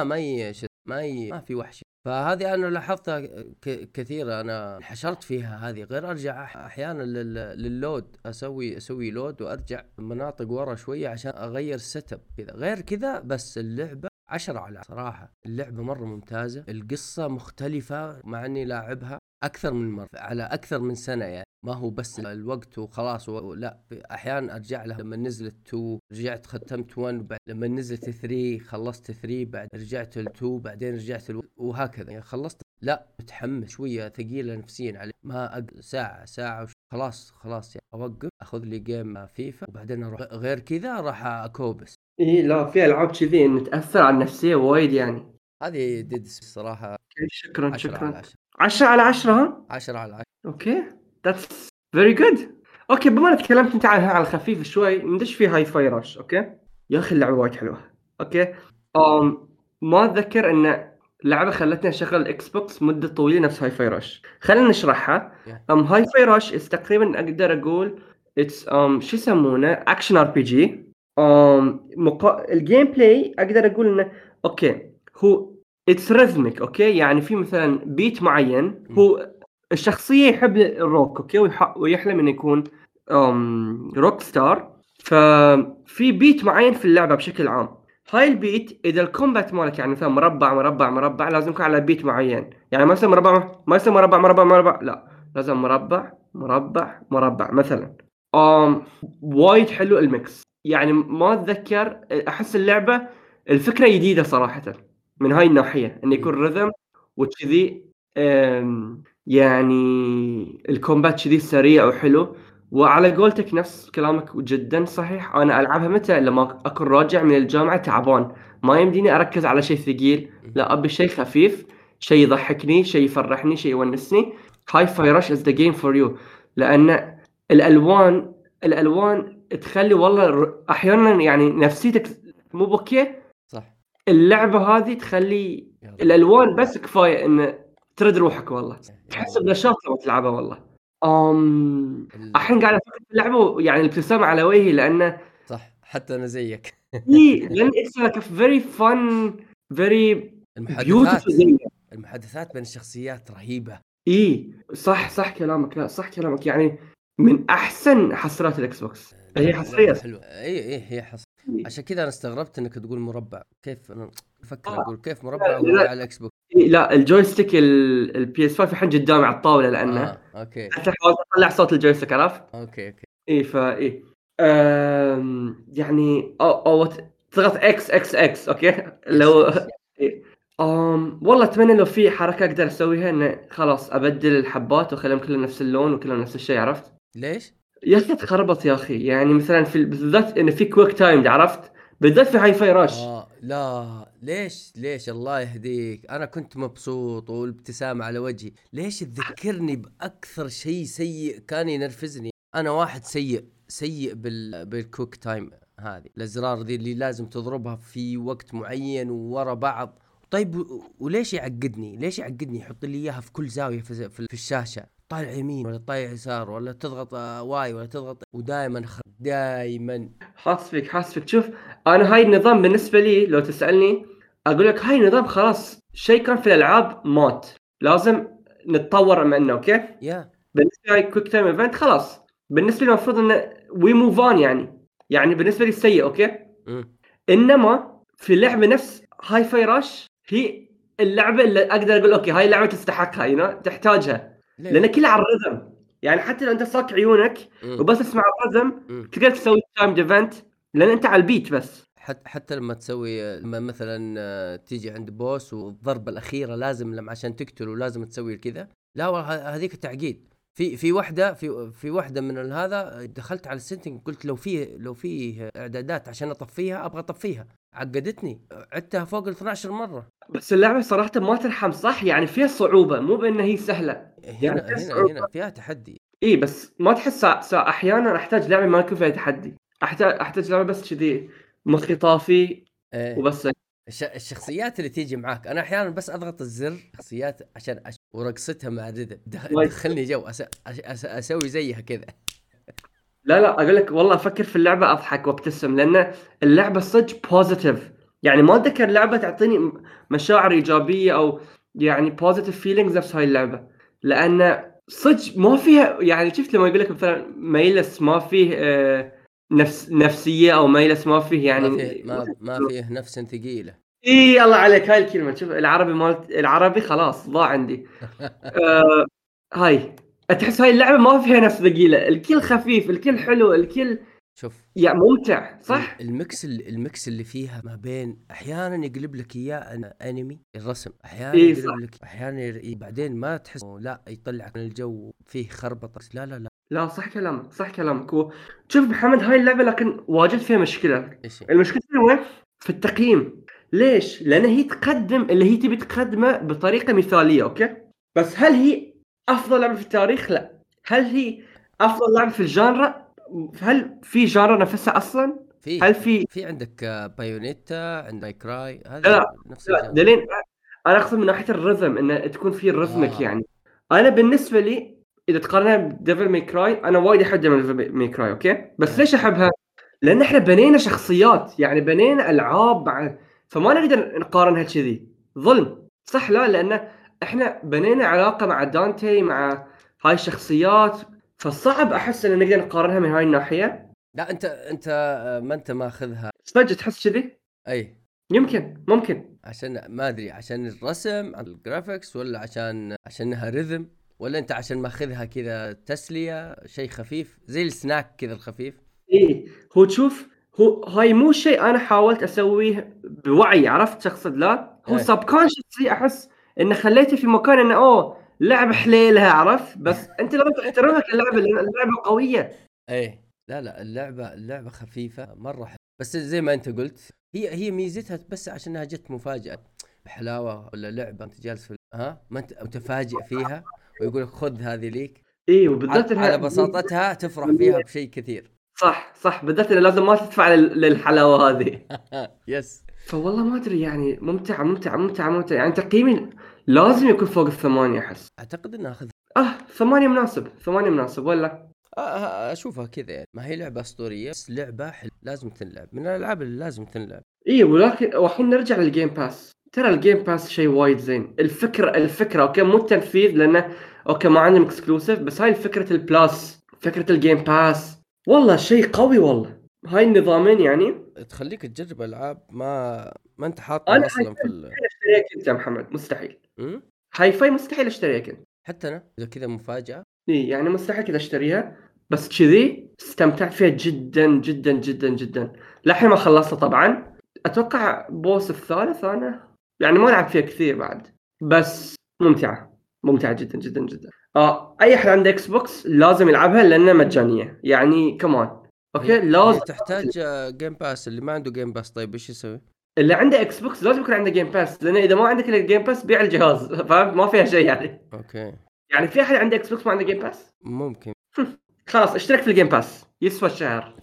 ما في وحش. فهذه أنا لاحظتها كثيرة، أنا انحشرت فيها هذه. غير أرجع أحيانا لللود، أسوي لود وأرجع مناطق ورا شوية عشان أغير السيت اب كذا. غير كذا بس اللعبة 10 على صراحة. اللعبة مرة ممتازة، القصة مختلفة، مع أني لاعبها أكثر من مرة على أكثر من سنة يعني، ما هو بس الوقت وخلاص. لا، أحيانا أرجع لها. لما نزلت 2 رجعت ختمت 1، بعد لما نزلت 3 خلصت 3، بعد رجعت 2، بعدين رجعت وهكذا يعني. خلصت، لا متحمس شوية، ثقيلة نفسيا علي. ما ساعة خلاص يعني أوقف، أخذ لي جيم فيفا وبعدين أروح. غير كذا راح أكوبس. اي لا، في العاب كذي ان تاثر على النفسيه وايد يعني. هذه ديد الصراحه أوكي، شكرا 10 على شكرا. 10. 10 على 10 ها. 10 على 10. اوكي، that's very good. اوكي، بما انك تكلمت انت عنها على الخفيف شوي، ندش في هاي فاي راش. اوكي يا اخي اللعبه وايد حلوه. اوكي، ما اتذكر ان لعبه خلتني اشغل الاكس بوكس مده طويله نفس هاي فاي راش. خلينا نشرحها. هاي فاي راش تقريبا اقدر اقول اتس شو يسمونه اكشن ار بي جي. الجيم بلاي اقدر اقول انه اوكي هو اتس ريزميك. اوكي، يعني في مثلا بيت معين، هو الشخصيه يحب الروك. اوكي، ويحلم انه يكون روك ستار. ففي بيت معين في اللعبه بشكل عام. هاي البيت اذا الكومبات مالك يعني مثلا مربع مربع مربع، لازم يكون على بيت معين. يعني مثلا مربع ما يصير مربع مربع مربع، لا لازم مربع مربع مربع مثلا. وايد حلو الميكس. يعني ما اتذكر، احس اللعبه الفكره جديده صراحه من هاي الناحيه، انه يكون رhythm وكذي. يعني الكومبات كذي سريع وحلو. وعلى قولتك نفس كلامك جدا صحيح، انا العبها متى لما اكون راجع من الجامعه تعبان، ما يمديني اركز على شيء ثقيل، لا ابي شيء خفيف، شيء يضحكني، شيء يفرحني، شيء يونسني. هاي فاي رش از ذا جيم فور يو. لان الالوان تخلي والله احيانا يعني نفسيتك مو بوكي. صح. اللعبه هذه تخلي الالوان بس كفايه ان ترد روحك، والله تحس بنشاط لما تلعبها والله. الحين قاعد افكر في اللعبه يعني الابتسامه على وجهي، لانه صح، حتى انا زيك. لان اتس لايك فيري فن، فيري المحادثات بيوتيفول. المحادثات بين الشخصيات رهيبه. صح كلامك. لا صح كلامك، يعني من احسن حصريات الاكس بوكس. هي حصريه حلوه. اي هي حصريه. عشان كذا انا استغربت انك تقول مربع. كيف انا افكر اقول كيف مربع وهو على الاكس بوكس؟ لا الجويستيك البي اس 5 الحين قدامي على الطاوله، لانه اوكي حتى حاولت اطلع صوت الجويستيك، عرفت؟ اوكي اي يعني او تضغط اكس. اوكي لو إيه. والله اتمنى لو في حركه اقدر اسويها، انه خلاص ابدل الحبات واخليهم كلهم نفس اللون وكلهم نفس الشيء، عرفت؟ ليش؟ يا اخي تخربط يا اخي. يعني مثلا بالذات انه في كويك تايم، عرفت؟ بالذات في هاي فاي راش. لا ليش الله يهديك، انا كنت مبسوط والابتسامة على وجهي. ليش تذكرني باكثر شيء سيء كان ينرفزني؟ انا واحد سيء بالكويك تايم. هذه الازرار ذي اللي لازم تضربها في وقت معين وورا بعض. طيب وليش يعقدني يحط لي اياها في كل زاوية في الشاشة، طالع يمين ولا طالع يسار ولا تضغط واي ولا تضغط، ودائما دائما حاس فيك. شوف، انا هاي النظام بالنسبه لي لو تسالني اقول لك هاي النظام خلاص شيء كان في الالعاب مات، لازم نتطور منه. اوكي بالنسبه لي كويك تايم ايفنت خلاص بالنسبه لي المفروض انه وي موف اون. يعني بالنسبه لي سيء. اوكي انما في لعبه نفس هاي فاي راش، هي اللعبه اللي اقدر اقول اوكي هاي اللعبه تستحقها، تحتاجها، لان كلها على الرذم. يعني حتى لو انت صاك عيونك وبس تسمع الرذم تقدر تسوي تايم ايفنت، لان انت على البيت بس. حتى لما تسوي مثلا تيجي عند بوس والضربة الأخيرة لازم لما عشان تقتله لازم تسوي كذا. لا هذيك التعقيد. في واحدة من هذا دخلت على السيتنج قلت لو في إعدادات عشان أطفيها أبغى أطفيها، عقدتني عدتها فوق 12 مرة. بس اللعبة صراحة ما ترحم، صح؟ يعني فيها صعوبة، مو بأنها هي سهلة. هنا فيها تحدي. إيه بس ما تحس أحيانا أحتاج لعبة ما يكون فيها تحدي. أحتاج لعبة بس كذي مخي طافي وبس. الشخصيات اللي تيجي معاك انا احيانا بس اضغط الزر شخصيات عشان ورقصتها مع دخلني جو اسوي زيها كذا. لا اقول لك والله افكر في اللعبه اضحك وابتسم، لان اللعبه صدق بوزيتيف. يعني ما اتذكر لعبه تعطيني مشاعر ايجابيه او يعني بوزيتيف فيلينجز نفس هاي اللعبه، لان صدق ما فيها. يعني شفت لما يقول لك مثلا ميلس ما فيه نفسيه، او ميلس ما فيه يعني ما فيه نفس ثقيله. اي الله عليك، هاي الكلمه. شوف العربي خلاص ضاع عندي. هاي تحس هاي اللعبه ما فيها نفس ثقيله، الكل خفيف، الكل حلو، الكل شوف يعني ممتع، صح؟ المكس اللي فيها ما بين احيانا يقلب لك اياه انمي الرسم، احيانا يقلب لك، احيانا بعدين ما تحس لا يطلعك من الجو فيه خربطه. لا صح كلامك. شوف محمد، هاي اللعبه لكن واجد فيها مشكله. المشكله حلوة في التقييم. ليش؟ لأن هي تقدم اللي هي تبي تقدمه بطريقة مثالية، أوكي؟ بس هل هي أفضل لعبة في التاريخ؟ لا. هل هي أفضل لعبة في الجانرا؟ هل في جانرا نفسها أصلا؟ هل في عندك بايونيتا، عندك كراي، لا هذه لا نفس لا الجانب. دلين. أنا أقصد من ناحية الرذم إن تكون في رذمك آه. يعني. أنا بالنسبة لي إذا تقارنها بديفل ماي كراي، أنا وايد أحب ديفل ماي كراي، أوكي؟ بس ليش أحبها؟ لأن إحنا بنينا شخصيات، يعني بنينا ألعاب فما نقدر نقارنها كذي. ظلم صح؟ لا، لأن إحنا بنينا علاقة مع دانتي، مع هاي الشخصيات، فصعب أحس إن نقدر نقارنها من هاي الناحية. لا انت ما انت ماخذها. صدق تحس كذي؟ اي يمكن، ممكن. عشان ما ادري، عشان الرسم، عن الجرافيكس، ولا عشانها ريذم، ولا انت عشان ماخذها كذا تسلية، شيء خفيف زي السناك كذا الخفيف. إيه، هو تشوف، هو هاي مو شيء أنا حاولت أسويه بوعي، عرفت شخص؟ لا، هو ايه. subconsciously أحس إن خليته في مكان إنه لعبة حليلها، عرفت؟ بس أنت لازم تحترمك اللعبة، لأن اللعبة قوية. ايه لا اللعبة خفيفة مرة حلوة. بس زي ما انت قلت، هي ميزتها بس عشانها جت مفاجأة بحلاوة، ولا لعبة انت جالس ما انت متفاجئ فيها، ويقولك خذ هذه ليك. إيه، وبالذات على إنها بساطتها تفرح فيها بشيء كثير. صح صح، بالذات إنه لازم ما تدفع للحلاوة هذه. يس. فوالله ما أدري يعني، ممتعة ممتعة ممتعة ممتعة، يعني تقييمي لازم يكون فوق الثمانية أحس. اعتقد انها اخذ. 8 مناسب، 8 مناسب ولا؟ اشوفها كذا يعني، ما هي لعبة اسطورية بس لعبة لازم تنلعب، من الالعاب اللي لازم تنلعب. إيه، ولكن والحين نرجع للجيم باس. ترى الجيم باس شيء وايد زين. الفكرة أوكي، مو التنفيذ، لأنه أوكي ما عندهم اكسكلوسيف، بس هاي فكرة البلاس، فكرة الجيم باس، والله شيء قوي والله. هاي النظامين يعني. تخليك تجرب العاب ما انت أنا حاطها هاي اصلا في اشتريها كنت يا محمد، مستحيل. م? هاي فاي مستحيل اشتريها كنت. حتى انا اذا كذا مفاجأة. إيه يعني مستحيل كذا اشتريها. بس كذي استمتعت فيها جدا جدا جدا جدا. لحين ما خلصتها طبعا. اتوقع بوس الثالث انا، يعني ما لعبت فيها كثير بعد. بس ممتعة، ممتعة جدا جدا جدا. اي احد عنده اكس بوكس لازم يلعبها لانها مجانية يعني، كمان. اوكي، هي لازم. تحتاج جيم باس. اللي ما عنده جيم باس طيب ايش يسوي؟ اللي عنده اكس بوكس لازم يكون عنده جيم باس، لان اذا ما عندك الجيم باس بيع الجهاز. فاهم؟ ما فيها شيء يعني. اوكي. يعني في احد عنده اكس بوكس ما عنده جيم باس؟ ممكن. خلاص اشترك في الجيم باس، يسوى الشهر.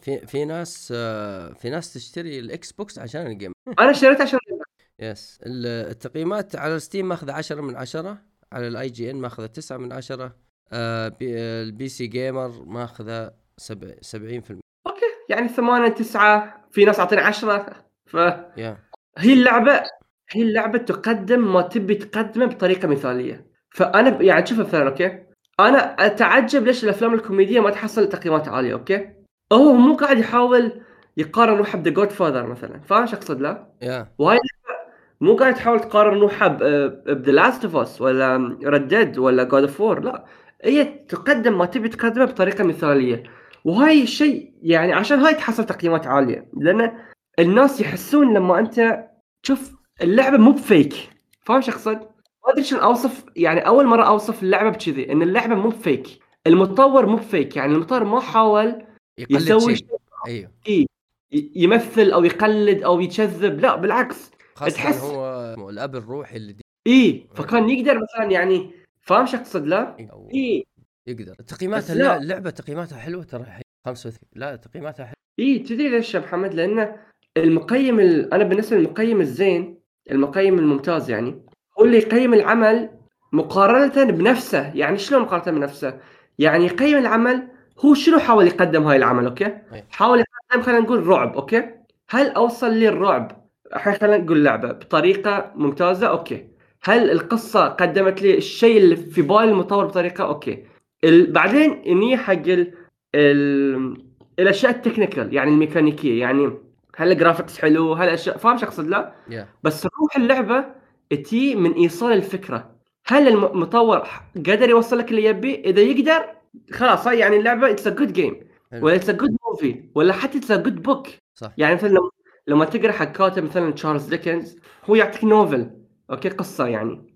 في ناس تشتري الاكس بوكس عشان الجيم. انا اشتريت عشان يس. التقييمات على الستيم ماخذ 10 من 10، على الاي جي ان ماخذ 9 من 10، البي سي جيمر ماخذ 70%. اوكي، يعني 8 9، في ناس عاطين 10. يا هي اللعبة تقدم ما تبي تقدمه بطريقة مثالية. فانا يعني شوف مثلا، اوكي، انا اتعجب ليش الافلام الكوميدية ما تحصل تقييمات عالية. اوكي، هو مو قاعد يحاول يقارن روحه بذا جود فاذر مثلا، فاهم شو اقصد؟ لا، يا وهاي مو قاعد تحاول تقارن روحها بذا لاست اوف اس ولا ردد ولا جود اوف وور. لا، هي تقدم ما تبي تقدمه بطريقه مثاليه. وهاي الشيء يعني عشان هاي تحصل تقييمات عاليه، لان الناس يحسون لما انت تشوف اللعبه مو بفيك. فاهم شو اقصد؟ ما ادري شلون اوصف، يعني اول مره اوصف اللعبه بكذي، ان اللعبه مو بفيك. المطور مو بفيك، يعني المطور ما حاول يقلد يسوي شيء. ايوه. شيء يمثل او يقلد او يكذب. لا بالعكس، خاصة تحس هو الاب الروحي اللي فكان يقدر مثلا يعني. فاهم شو اقصد؟ لا أو يقدر. بس لا اللعبة تقييماتها حلوة ترى. 35. لا تقييماتها حلوة. تدري ليش يا محمد؟ لان المقيم انا بالنسبه للمقيم الزين، المقيم الممتاز يعني، هو اللي يقيم العمل مقارنه بنفسه. يعني شلون مقارنه بنفسه؟ يعني يقيم العمل هو شنو حاول يقدم هاي العمل. اوكي، حاول يقدم خلينا نقول رعب. اوكي، هل اوصل لي الرعب الحين؟ خلينا نقول لعبه بطريقه ممتازه. اوكي، هل القصه قدمت لي الشيء اللي في بال المطور بطريقه؟ اوكي، بعدين اني حق الاشياء التكنيكال، يعني الميكانيكيه، يعني هل الجرافيكس حلو، هل اشياء. فاهم شو اقصد؟ لا بس روح اللعبه تي من ايصال الفكره. هل المطور قدر يوصل لك اللي يبي؟ اذا يقدر خلاص، هاي يعني اللعبه اتس ا جود جيم، ولا اتس ا جود موفي، ولا حتى اتس ا جود بوك. صح. يعني مثلا لما تقرا حق كاتب مثلا تشارلز ديكنز، هو يعطيك نوفل، اوكي، قصه يعني،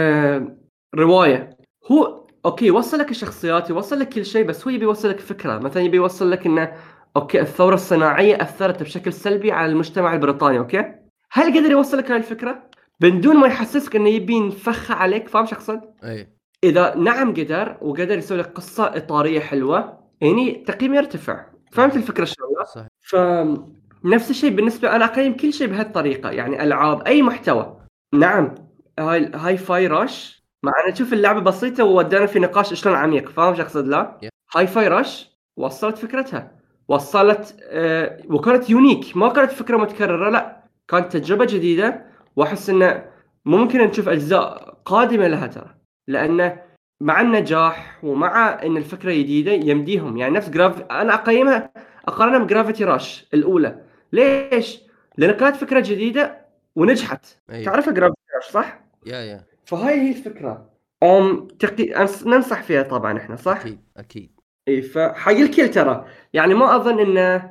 روايه. هو اوكي يوصل لك الشخصيات، يوصل لك كل شيء، بس هو يبي يوصل لك فكره. مثلا يبي يوصل لك انه اوكي الثوره الصناعيه اثرت بشكل سلبي على المجتمع البريطاني، اوكي هل قدر يوصل لك هاي الفكره بدون ما يحسسك انه يبي ينفخ عليك؟ فاهم شو اقصد؟ اي اذا نعم قدر وقدر يسوي لك قصه اطاريه حلوه يعني تقييم يرتفع. فهمت الفكره شلون؟ صح. فنفس الشيء بالنسبه انا اقيم كل شيء بهالطريقه، يعني العاب اي محتوى. نعم هاي فاي راش مع ان تشوف اللعبه بسيطه وودانا في نقاش شلون عميق، فاهم شو اقصد؟ لا هاي فاي راش وصلت فكرتها، وصلت وكانت يونيك، ما كانت فكره متكرره، لا كانت تجربه جديده. واحس انه ممكن نشوف اجزاء قادمه لها ترى، لانه مع النجاح ومع ان الفكره جديده يمديهم. يعني نفس انا اقارنها بجرافيتي راش الاولى. ليش؟ لان كانت فكره جديده ونجحت. أيوه. تعرفها جرافيتي راش صح؟ يا فهاي هي الفكره. ننصح فيها طبعا احنا، صح؟ اكيد اي فحق الكل ترى، يعني ما اظن انه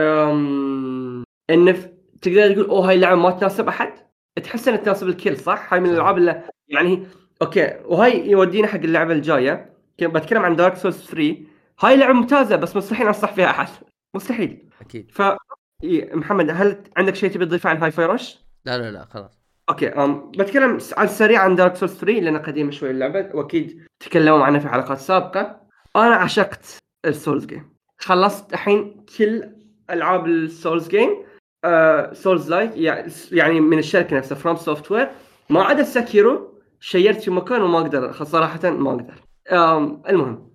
انه تقدر تقول هاي اللعبه ما تناسب احد، تحس انها تناسب الكل، صح؟ هاي من الالعاب اللي يعني اوكي. وهاي يودينا حق اللعبه الجايه، بتكلم عن دارك سولز 3. هاي لعبه ممتازه بس مستحيل انصح فيها احد، مستحيل. اكيد. محمد هل عندك شيء تبي تضيفه عن هاي فاي رش؟ لا خلاص. اوكي بتكلم على السريع عن دارك سولز 3 لأنها قديمة شوي اللعبة، واكيد تكلموا عنها في حلقات سابقة. انا عشقت السولز جيم، خلصت الحين كل العاب السولز جيم، سولز لايك يعني من الشركة نفسها فروم سوفت وير، ما عدا ساكيرو شيرت في مكان وما اقدر صراحة، ما اقدر. المهم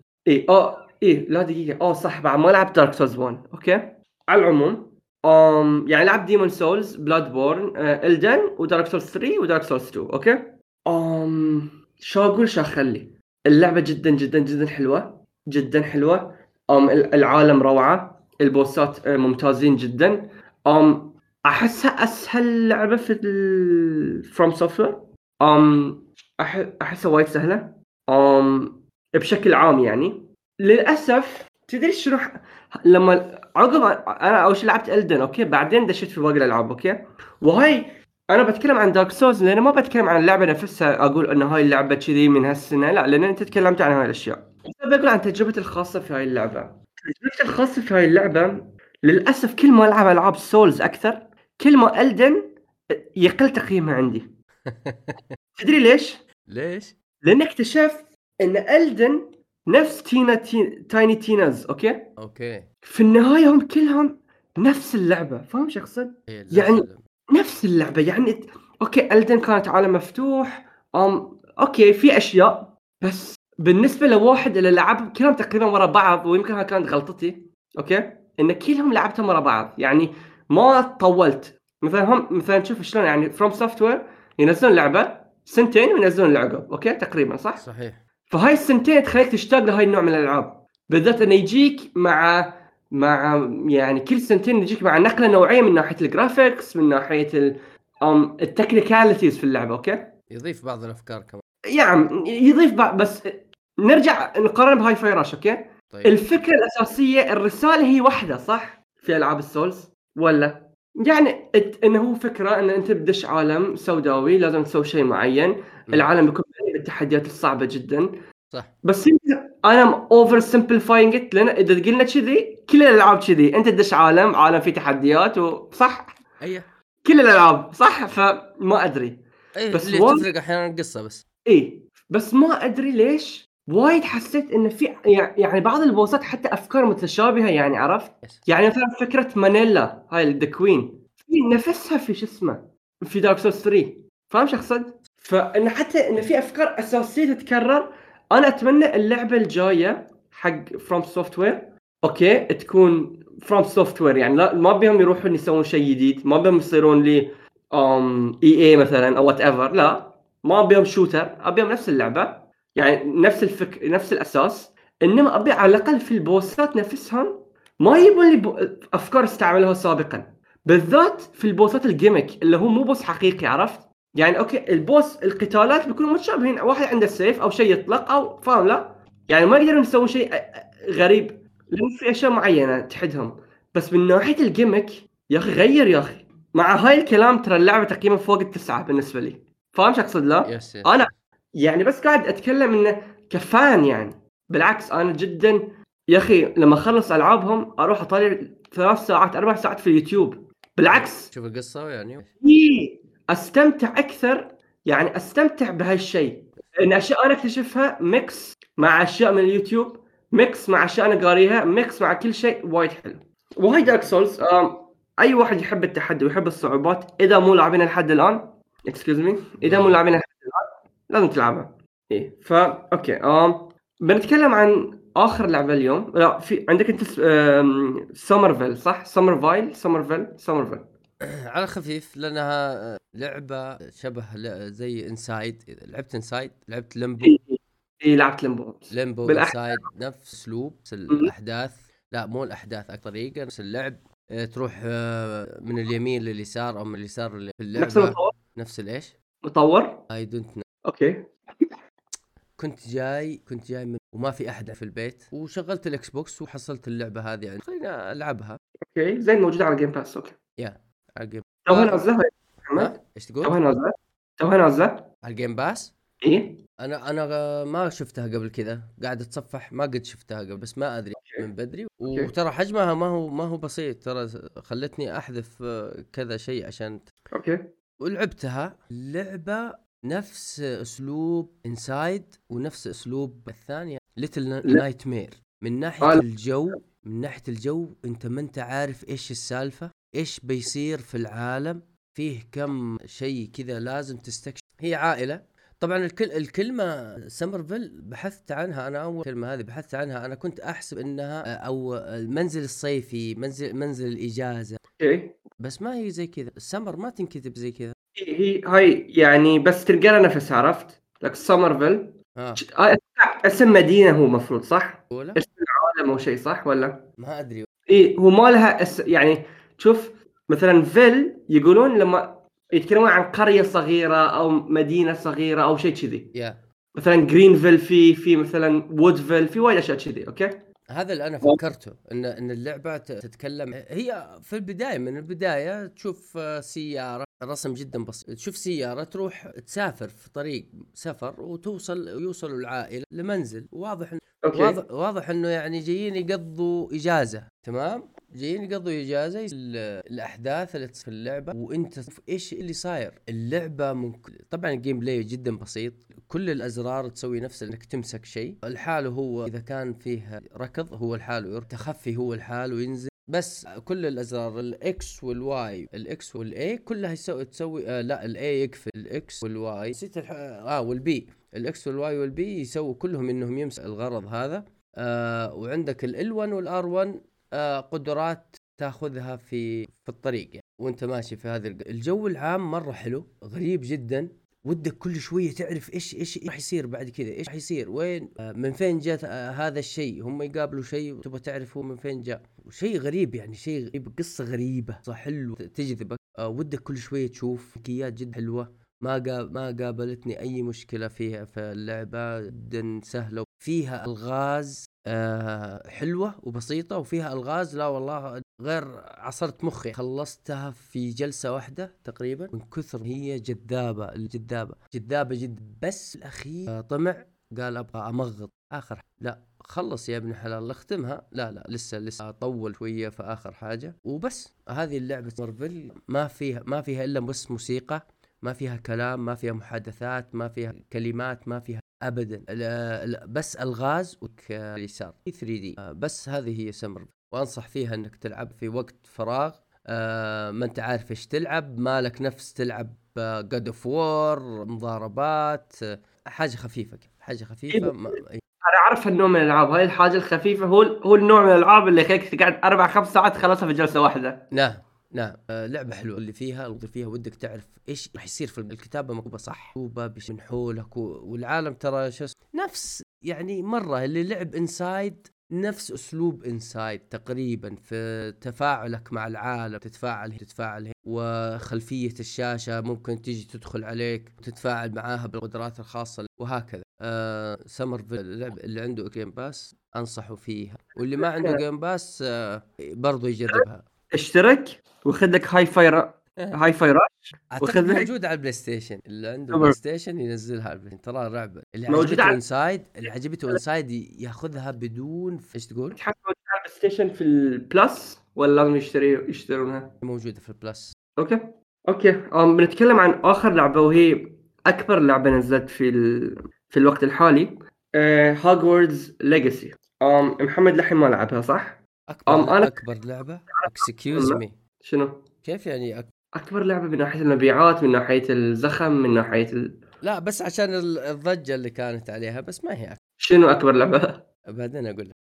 لا دقيقة، صح بعد ما لعبت دارك سولز 1. اوكي على العموم يعني لعب ديمون سولز، بلاد بورن، إلدن، ودارك سولز 3 ودارك سولز 2. اوكي شو اقول شو اخلي، اللعبة جدا جدا جدا حلوة، جدا حلوة. العالم روعة، البوسات ممتازين جدا. احسها اسهل لعبة في فروم سوفتوير. احسها وايد سهلة بشكل عام. يعني للاسف تدري شنو لما عقب انا اول شيء لعبت إلدن، اوكي بعدين دشيت في باقي الالعاب، اوكي وهاي انا بتكلم عن دارك سولز لان ما بتكلم عن اللعبه نفسها اقول ان هاي اللعبه كذي من هالسنه، لا لان انت تكلمت عن هاي الاشياء. بقول عن تجربتي الخاصه في هاي اللعبه. تجربتي الخاصه في هاي اللعبه للاسف كل ما العب العاب سولز اكثر كل ما إلدن يقل تقييمها عندي. تدري ليش؟ لان اكتشفت ان إلدن نفس تايني تيناز، اوكي في النهايه هم كلهم نفس اللعبه. فاهم شو اقصد؟ يعني نفس اللعبه. يعني اوكي إلدن كانت عالم مفتوح، اوكي في اشياء، بس بالنسبه لواحد اللي لعب كلهم تقريبا ورا بعض، ويمكن هاي كانت غلطتي، اوكي ان كلهم لعبتهم ورا بعض، يعني ما طولت. مثلا شوف شلون يعني فروم سوفت وير ينزلون لعبه سنتين وينزلون العقب، اوكي تقريبا صح؟ فهاي السنتين تخليك تشتاق لهاي النوع من الالعاب، بالذات انه يجيك مع يعني كل سنتين يجيك مع نقله نوعيه من ناحيه الجرافيكس، من ناحيه التكنيكاليتيز في اللعبه، اوكي يضيف بعض الافكار كمان، يعني يضيف بس نرجع نقارن بهاي فاي راش، اوكي طيب. الفكره الاساسيه الرساله هي واحده صح في العاب السولز، ولا يعني انه هو فكره ان انت بدش عالم سوداوي لازم تسوي شيء معين. العالم بيكون مليء بالتحديات الصعبه جدا، صح. بس انا اوفر سمبليفاينج ات، لان اذا قلنا كذي كل الالعاب كذي، انت تدش عالم فيه تحديات وصح كل الالعاب صح، فما ادري بس اللي تفرق احيانا القصه بس. بس ما ادري ليش وايد حسيت ان في يعني بعض البوسات حتى افكار متشابهه، يعني عرفت يعني مثلا فكره مانيلا هاي الدكوين في نفسها في شو اسمه في دارك سولز 3. فاهم شو اقصد؟ فان حتى ان في افكار اساسيه تتكرر. انا اتمنى اللعبه الجايه حق فروم سوفت وير اوكي تكون فروم سوفت وير، يعني لا ما بيهم يروحون يسوون شيء جديد، ما بيهم يصيرون لي اي مثلا او وات ايفر، لا ما ابيهم شوتر، ابيهم نفس اللعبه يعني نفس نفس الاساس، انما ابي على الاقل في البوسات نفسهم ما يبون لي افكار استعملوها سابقا، بالذات في البوسات الجيمك اللي هو مو بوس حقيقي، عرفت يعني اوكي البوس القتالات بيكونوا متشابهين، واحد عنده سيف او شيء يطلق او فاهم، لا يعني ما يقدرون يسوون شيء غريب لان في اشياء معينه تحدهم. بس من ناحيه الجيمك يا اخي غير يا اخي. مع هاي الكلام ترى اللعبه تقييمها فوق ال9 بالنسبه لي. فاهم شو اقصد؟ لا انا يعني بس قاعد اتكلم انه كفان، يعني بالعكس انا جدا يا اخي لما اخلص العابهم اروح اطالع 3 ساعات 4 ساعات في اليوتيوب. بالعكس شوف القصه يعني استمتع اكثر، يعني استمتع بهالشيء ان اشياء انا اكتشفها ميكس مع اشياء من اليوتيوب، ميكس مع اشياء انا قاريها، ميكس مع كل شيء. وايد حلو. وهاي دارك سولز. اي واحد يحب التحدي ويحب الصعوبات اذا مو لاعبينها لحد الان، اكسكيوز مي، اذا مو لاعبينها لحد الان لازم تلعبها. ايه اوكي. بنتكلم عن اخر لعبه اليوم. لا، في عندك انت سمرفيل، صح؟ سمرفيل على خفيف لانها لعبه شبه زي انسايد. لعبت انسايد، لعبت ليمبو. اي لعبت ليمبو انسايد نفس اسلوب الاحداث. لا مو الاحداث، اكثر طريقه نفس اللعب. تروح من اليمين لليسار او من اليسار في اللعبه. نفس المطور. نفس الايش؟ مطور. اي دونت نو. اوكي. كنت جاي من وما في احد في البيت، وشغلت الاكس بوكس وحصلت اللعبه هذه يعني خلينا العبها. اوكي زين، موجوده على الجيم باس. اوكي يا عقب توها نازله يا محمد. ايش تقول؟ توها نازله على الجيم باس. ايه انا ما شفتها قبل كذا، قاعد اتصفح ما قد شفتها قبل، بس ما ادري من بدري. وترى حجمها ما هو بسيط، ترى خلتني احذف كذا شيء عشان اوكي. ولعبتها. لعبه نفس اسلوب انسايد ونفس اسلوب الثانيه ليتل نايت مير. من ناحيه الجو، انت ما انت عارف ايش السالفه، ايش بيصير في العالم. فيه كم شيء كذا لازم تستكشف. هي عائله طبعا. الكلمه سمرفيل بحثت عنها انا، اول كلمه هذه بحثت عنها انا كنت احسب انها او المنزل الصيفي، منزل الاجازه. اوكي بس ما هي زي كذا. السمر ما تنكتب زي كذا. هي هاي يعني بس تلقى لها نفس، عرفت لك سمرفيل اسم مدينه هو مفروض، صح؟ اسم العالم او شيء، صح ولا ما ادري. ايه هو ما لها يعني شوف مثلا فيل يقولون لما يتكلمون عن قريه صغيره او مدينه صغيره او شيء كذي. مثلا جرينفيل، في مثلا وودفيل، في وايد اشياء كذي. اوكي هذا اللي انا فكرته ان اللعبه تتكلم. هي في البدايه، من البدايه تشوف سياره، رسم جدا بسيط. تشوف سياره تروح تسافر في طريق سفر ويوصلوا العائله لمنزل. واضح انه يعني جايين يقضوا اجازه. تمام، جايين يقضوا اجازه. الاحداث اللي في اللعبه وانت تشوف ايش اللي صاير. اللعبه طبعا الجيم بلاي جدا بسيط. كل الازرار تسوي نفس انك تمسك شيء الحاله. هو اذا كان فيه ركض هو الحال، تخفي هو الحال وينزل. بس كل الازرار الاكس والواي، الاكس والاي كلها تسوي لا الاي يكفي، الاكس والواي نسيت والبي. الاكس والواي والبي يسووا كلهم انهم يمسك الغرض هذا. وعندك ال1 والار1 قدرات تاخذها في الطريق يعني وانت ماشي في هذا الجو العام. مره حلو، غريب جدا. ودك كل شويه تعرف ايش راح يصير بعد كذا، ايش راح يصير، وين من فين جاء هذا الشيء. هم يقابلوا شيء وتبغى تعرف هو من فين جاء. وشيء غريب يعني، شيء غريب، قصه غريبه صح، حلو تجذبك. ودك كل شويه تشوف حكايات جد حلوه. ما قابلتني اي مشكله فيها في اللعبه، جدا سهله. فيها الغاز حلوه وبسيطه، وفيها الغاز لا والله غير عصرت مخي. خلصتها في جلسه واحده تقريبا من كثر هي جذابه جدا. بس الاخير طمع قال ابغى امغط اخر. لا خلص يا ابن حلال اختمها. لا لسه اطول شويه في اخر حاجه وبس. هذه اللعبه مارفل ما فيها الا بس موسيقى، ما فيها كلام، ما فيها محادثات، ما فيها كلمات، ما فيها ابدا. لا بس الغاز واليسار 3D. بس هذه هي سمر، وانصح فيها انك تلعب في وقت فراغ. ما انت عارف ايش تلعب، مالك نفس تلعب God of War، مضاربات، حاجه خفيفه انا اعرف النوع من الالعاب هاي، الحاجه الخفيفه هو النوع من الالعاب اللي يخليك تقعد 4-5 ساعات تخلصها في جلسه واحده. نعم. لعبة حلوة. اللي فيها ودك تعرف ايش راح يصير في الكتابة مكتوبة صح، من حولك والعالم ترى نفس يعني مرة اللي لعب انسايد نفس اسلوب انسايد تقريبا في تفاعلك مع العالم. تتفاعل وخلفية الشاشة ممكن تيجي تدخل عليك وتتفاعل معاها بالقدرات الخاصة وهكذا. سمرفيل اللعبة اللي عنده جيم باس انصحه فيها، واللي ما عنده جيم باس برضو يجربها. اشترك وخذ لك هاي فاير هاي فاي راش. اعتقد موجود على البلاي ستيشن، اللي عنده بلاي ستيشن ينزلها على البلاي. ترى لعبه اللي عجبته انسايد، ياخذها بدون ايش تقول. تحس موجود على البلاي ستيشن في البلس ولا لازم يشترونها؟ موجوده في البلس. اوكي بنتكلم عن اخر لعبه، وهي اكبر لعبه نزلت في الوقت الحالي، هوجوردز ليجاسي. محمد لحين ما لعبها صح؟ اكبر لعبه اكسكيوز مي. شنو كيف يعني اكبر لعبه من ناحيه المبيعات، من ناحيه الزخم، من ناحيه لا بس عشان الضجه اللي كانت عليها، بس ما هي شنو اكبر لعبه؟ بعدين اقول لك.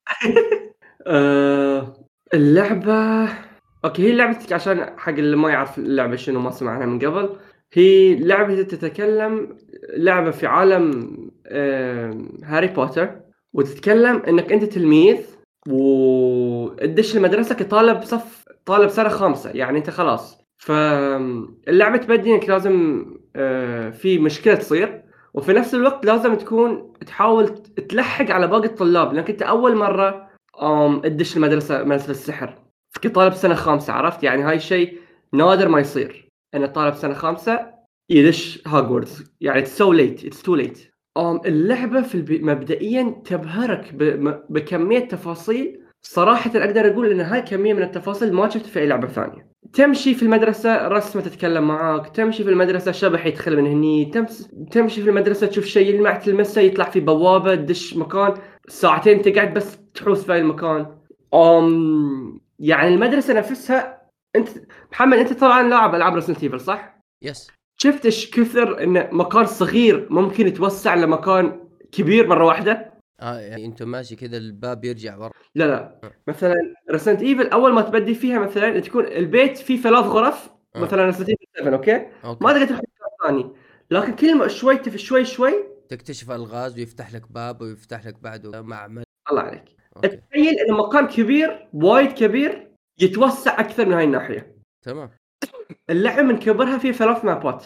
اللعبه اوكي، هي لعبتك عشان حق اللي ما يعرف اللعبه شنو، ما سمع عنها من قبل. هي لعبه تتكلم، لعبه في عالم هاري بوتر، وتتكلم انك انت تلميذ وتدش المدرسه طالب سنه خامسه، يعني انت خلاص. فاللعبه تبدي انك لازم في مشكله تصير، وفي نفس الوقت لازم تكون تحاول تلحق على باقي الطلاب، لانك انت اول مره تدش مدرسه السحر كطالب سنه خامسه، عرفت؟ يعني هاي شيء نادر ما يصير ان طالب سنه خامسه يدش هوجوردز، يعني it's too late. اللعبه مبدئيا تبهرك بكميه تفاصيل. صراحه اقدر اقول ان هاي كميه من التفاصيل ما شفت في اي لعبه ثانيه. تمشي في المدرسه رسمه تتكلم معاك، تمشي في المدرسه شبح يدخل من هني، تمشي في المدرسه تشوف شيء يلمع تلمسه، يطلع في بوابه تدش مكان ساعتين تقعد بس تحوس في المكان. يعني المدرسه نفسها، انت محمد انت طبعا لاعب العاب ريزنت ايفل صح؟ يس. شفت ايش كثر ان مكان صغير ممكن يتوسع لمكان كبير مره واحده؟ يعني انت ماشي كذا الباب يرجع ورا. لا مثلا ريزنت ايفل اول ما تبدي فيها مثلا تكون البيت فيه 3 غرف، مثلا ريزنت ايفل 7 اوكي ما تقدر تروح مكان ثاني، لكن كل ما شوي تكتشف الغاز ويفتح لك باب ويفتح لك بعده معمل. الله عليك. تخيل ان مكان كبير وايد كبير يتوسع اكثر من هاي الناحيه. تمام. اللعبه من كبرها فيه 3 مابات.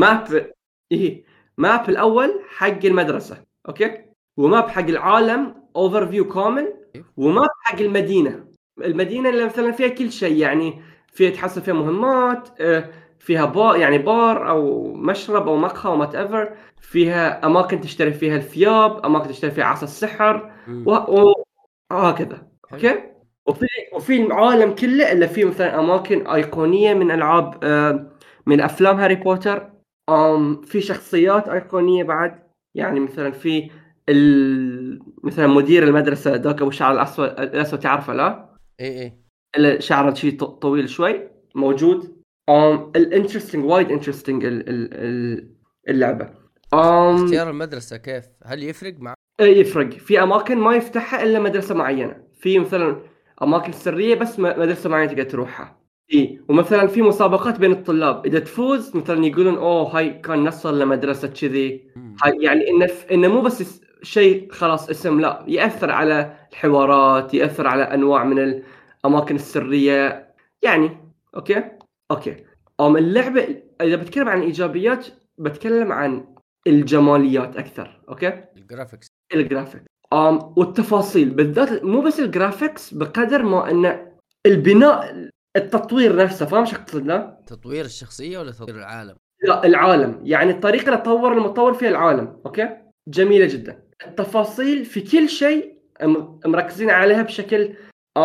ماب الاول حق المدرسه اوكي، وماب حق العالم اوفر فيو كامل، وماب حق المدينه اللي مثلا فيها كل شيء، يعني فيها تحصل فيها مهمات، فيها يعني بار او مشرب او مقهى وات ايفر، فيها اماكن تشتري فيها الثياب، اماكن تشتري فيها عصا السحر وهكذا اوكي. وفي العالم كله اللي فيه مثلا اماكن ايقونيه من العاب من افلام هاري بوتر، في شخصيات ايقونيه بعد، يعني مثلا في مثلا مدير المدرسه ذاك ابو الشعر الاسود تعرفه لا؟ ايه اللي شعره شيء طويل شوي موجود. الانترستينج وايد انترستينج اللعبه. اختيار المدرسه كيف؟ هل يفرق مع؟ يفرق. في اماكن ما يفتحها الا مدرسه معينه، في مثلا اماكن سريه بس مدرسه معينه تقدر تروحها. ومثلا في مسابقات بين الطلاب، اذا تفوز مثلا يقولون هاي كان نصل لمدرسه كذي. يعني انه مو بس شيء خلاص اسم، لا ياثر على الحوارات، ياثر على انواع من الاماكن السريه يعني. اوكي اللعبه اذا بتكلم عن ايجابيات بتكلم عن الجماليات اكثر. اوكي الجرافيكس والتفاصيل بالذات، مو بس الجرافيكس بقدر ما ان البناء، التطوير نفسه. فاهم شو اقصد؟ لا تطوير الشخصيه ولا تطوير العالم؟ لا العالم، يعني الطريقه اللي طور المطور فيها العالم اوكي جميله جدا. التفاصيل في كل شيء مركزين عليها بشكل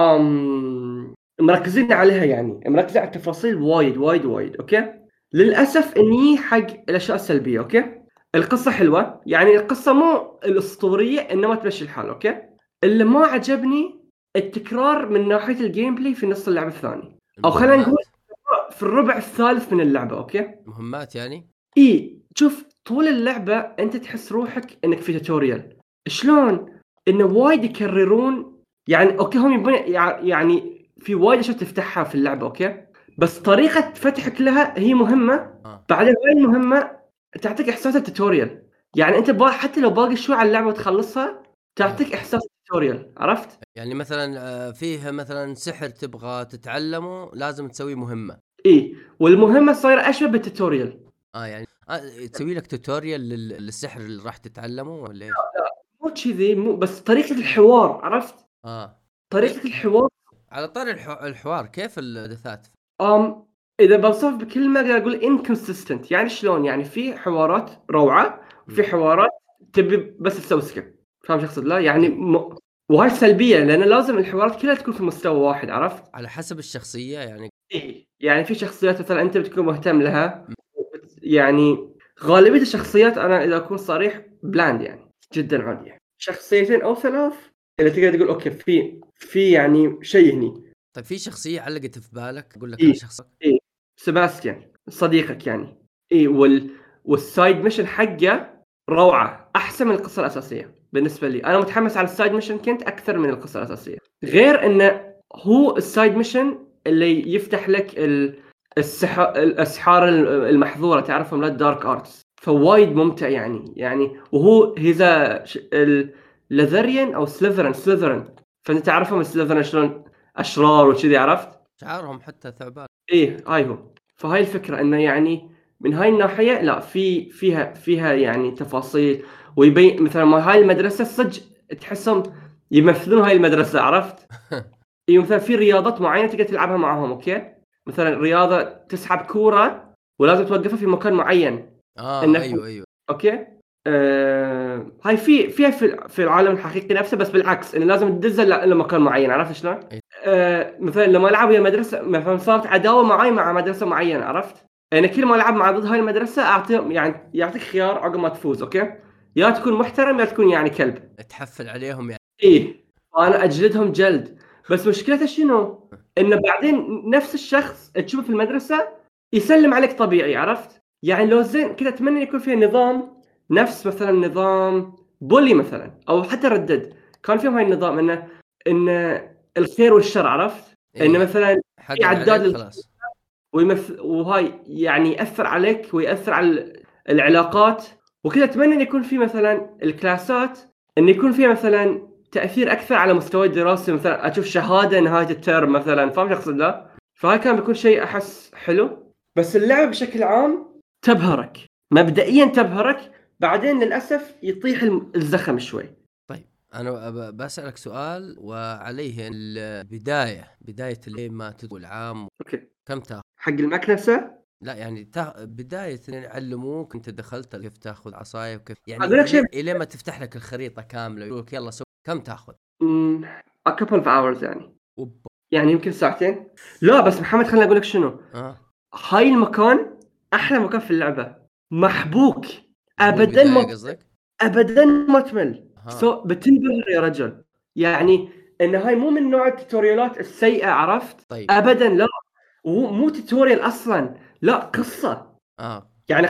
مركزين عليها، يعني مركزين على التفاصيل وايد اوكي. للاسف اني حق الاشياء السلبيه اوكي. القصه حلوه، يعني القصه مو الاسطوريه انما تمشي الحال اوكي. اللي ما عجبني التكرار من ناحيه الجيم بلاي في نص اللعبه الثاني، او خلينا نقول في الربع الثالث من اللعبه اوكي. مهمات يعني شوف طول اللعبه انت تحس روحك انك في توتوريال. شلون انه وايد يكررون، يعني اوكي هم يبون يعني في وايد اشياء تفتحها في اللعبه اوكي، بس طريقه فتحك لها هي مهمه. بعدين هاي المهمه تعطيك احساس التوتوريال، يعني انت حتى لو باقي شوي على اللعبه وتخلصها تعطيك احساس التوتوريال، عرفت؟ يعني مثلا فيه مثلا سحر تبغى تتعلمه لازم تسوي مهمه. والمهمه صايره اشبه بالتوتوريال. يعني تسوي لك توتوريال للسحر اللي راح تتعلمه ولا ايش؟ لا مو كذي، مو بس طريقه الحوار، عرفت؟ طريقه الحوار. على طار الحوار كيف الحدثات؟ اذا بوصف بكلمه اقدر اقول inconsistent. يعني شلون؟ يعني في حوارات روعه وفي حوارات تبي بس تسوي سكيب. فاهم شو اقصد؟ لا يعني وهاي سلبيه، لان لازم الحوارات كلها تكون في مستوى واحد، عرفت؟ على حسب الشخصيه يعني. إيه. يعني في شخصيات مثلا انت بتكون مهتم لها، يعني غالبيه الشخصيات انا اذا اكون صريح بلاند يعني جدا عاديه. شخصيتين او ثلاث اللي تقدر تقول اوكي في يعني شيء هني. طيب في شخصيه علقت في بالك اقول لك إيه. انا شخص؟ إيه سباستيان صديقك يعني. إيه والسايد ميشن حقه روعة، أحسن من القصة الأساسية بالنسبة لي. أنا متحمس على السايد ميشن كنت أكثر من القصة الأساسية، غير إنه هو السايد ميشن اللي يفتح لك الأسحار المحظورة، تعرفهم لا الدارك آرتس، فوايد ممتع يعني وهو هذا الليذريان أو سليذرن، فأنت تعرفهم السليذرن شلون أشرار وكذي، عرفت؟ شعارهم حتى ثعبان. ايه هاي هو. فهاي الفكرة انه يعني من هاي الناحية لا فيها يعني تفاصيل، ويبين مثلا ما هاي المدرسة صدق تحسهم يمثلون هاي المدرسة، عرفت؟ ايه مثلا في رياضات معينة تقدر تلعبها معاهم، اوكي؟ مثلا رياضة تسحب كورة ولازم توقفها في مكان معين. انك ايوه اوكي. هاي فيها في العالم الحقيقي نفسه، بس بالعكس انه لازم تدزها لمكان معين، عرفت شلون؟ إيه. مثلا لما العب ويا مدرسه مثلا صارت عداوه معي مع مدرسه معينه، عرفت؟ يعني كل ما العب مع ضد هاي المدرسه اعطيهم يعني يعطيك خيار عقب ما تفوز، اوكي؟ يا تكون محترم يا تكون يعني كلب. تحفل عليهم يعني. ايه انا اجلدهم جلد. بس مشكلته شنو؟ انه بعدين نفس الشخص تشوفه في المدرسه يسلم عليك طبيعي، عرفت؟ يعني لو زين كذا اتمنى يكون فيها نظام نفس مثلا نظام بولي مثلا، او حتى ردد كان فيهم هاي النظام ان الخير والشر، عرفت؟ إيه. ان مثلا حقد في عداد عليك خلاص. وهاي يعني ياثر عليك وياثر على العلاقات وكذا. اتمنى ان يكون في مثلا الكلاسات ان يكون فيها مثلا تاثير اكثر على مستوى الدراسي، مثلا اشوف شهاده نهايه الترم مثلا، فاهم شو اقصد؟ لا فهاي كان بيكون شيء احس حلو. بس اللعبه بشكل عام تبهرك، مبدئيا تبهرك، بعدين للاسف يطيح الزخم شوي. طيب انا بسألك سؤال وعليه بداية اللي ما تدخل العام اوكي كم تاخذ؟ حق الماك نفسه لا يعني بداية إن يعلموك انت دخلت كيف تاخذ عصاية وكيف يعني اقول لك شيء. الى ما تفتح لك الخريطة كاملة يقول لك يلا سوي كم تاخذ؟ a couple of hours يعني أوب. يعني يمكن ساعتين. لا بس محمد خليني اقول لك شنو. هاي المكان احلى مكان في اللعبه، محبوك ابدا ما قصدك؟ ابدا ما تمل. بتنبهر يا رجل. يعني ان هاي مو من نوع التوتوريالات السيئه، عرفت؟ طيب. ابدا لا، مو توتوريال اصلا، لا قصه. يعني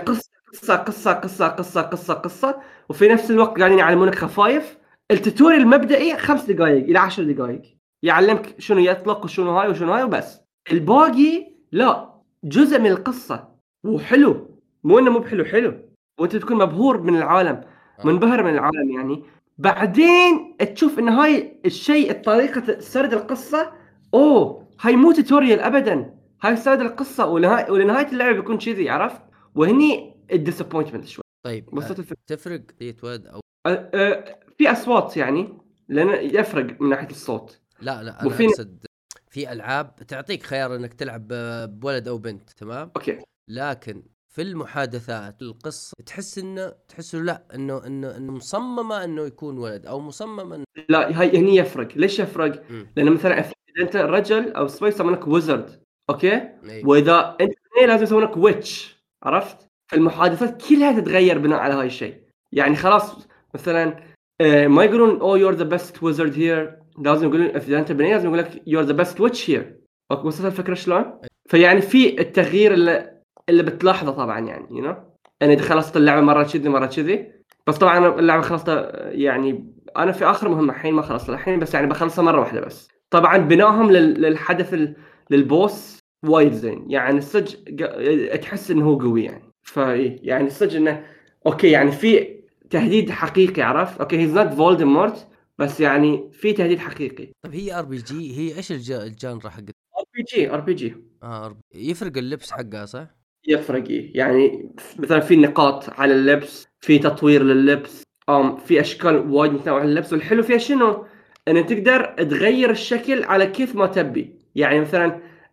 قصه وفي نفس الوقت قاعدين يعلمونك خفايف. التوتوريال المبدئي 5 دقائق الى 10 دقائق يعلمك شنو يطلق وشنو هاي وبس. الباقي لا، جزء من القصه وحلو، مو انه مو بحلو، حلو، وانت تكون مبهور من العالم، منبهر من العالم يعني. بعدين تشوف ان هاي الشيء طريقه سرد القصه، هاي مو توتوريال ابدا، هاي سرد القصه ولنهايه اللعبه بيكون كذي، عرفت؟ وهني الديسابوينتمنت شوي. طيب وصلت الفكره؟ تفرق ولد او في اصوات يعني، لان يفرق من ناحيه الصوت. لا انا اقصد في العاب تعطيك خيار انك تلعب بولد او بنت، تمام؟ اوكي. لكن في المحادثات القصه تحسه لا انه مصممه انه يكون ولد او مصمم انه لا هاي هني يفرق. ليش يفرق؟ لان مثلا اذا انت رجل او سباي يسمونك ويزرد، اوكي؟ أيوه. واذا انت لازم يسمونك ويتش، عرفت؟ فالمحادثات كلها تتغير بناء على هاي الشيء. يعني خلاص مثلا ما يقولون you're the best wizard here، لازم يقولون اذا انت بني لازم يقول لك you're the best witch here. وصلت الفكره شلون؟ فيعني في التغيير اللي بتلاحظه طبعا يعني انا اذا خلصت اللعبه مره كذي مره كذي. بس طبعا اللعبه خلصتها يعني انا في اخر مهمه الحين ما خلصت الحين، بس يعني بخلصها مره واحده بس. طبعا بناهم للحدث للبوس وايد زين يعني الصدق، تحس انه هو قوي يعني. فايه يعني الصدق انه اوكي يعني في تهديد حقيقي، عرفت؟ اوكي هيز نوت فولدمورت، بس يعني في تهديد حقيقي. طب هي ار بي جي، هي ايش الجانرا حق ار بي جي؟ يفرق اللبس حقها صح؟ يفرق يعني مثلا في نقاط على اللبس، في تطوير لللبس، في اشكال وايد متنوعه لللبس. والحلو فيها شنو؟ ان تقدر تغير الشكل على كيف ما تبي. يعني مثلا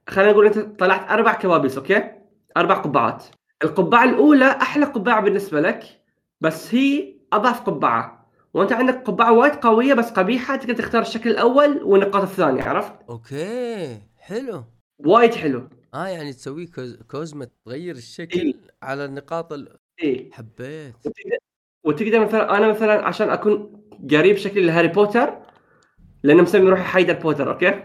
خلينا نقول انت طلعت 4 كوابيس، اوكي، 4 قبعات. القبعه الاولى احلى قبعه بالنسبه لك، بس هي اضعف قبعه، وانت عندك قبعه وايد قويه بس قبيحه، تقدر تختار الشكل الاول والنقاط الثانيه، عرفت؟ اوكي حلو. وايد حلو. يعني تسوي كوزمة، تغير اي الشكل على النقاط اي حبيت. وتقدر مثلا، انا مثلا عشان اكون قريب شكلي لهاري بوتر، لانه مسمي روحي حيدر بوتر، اوكي.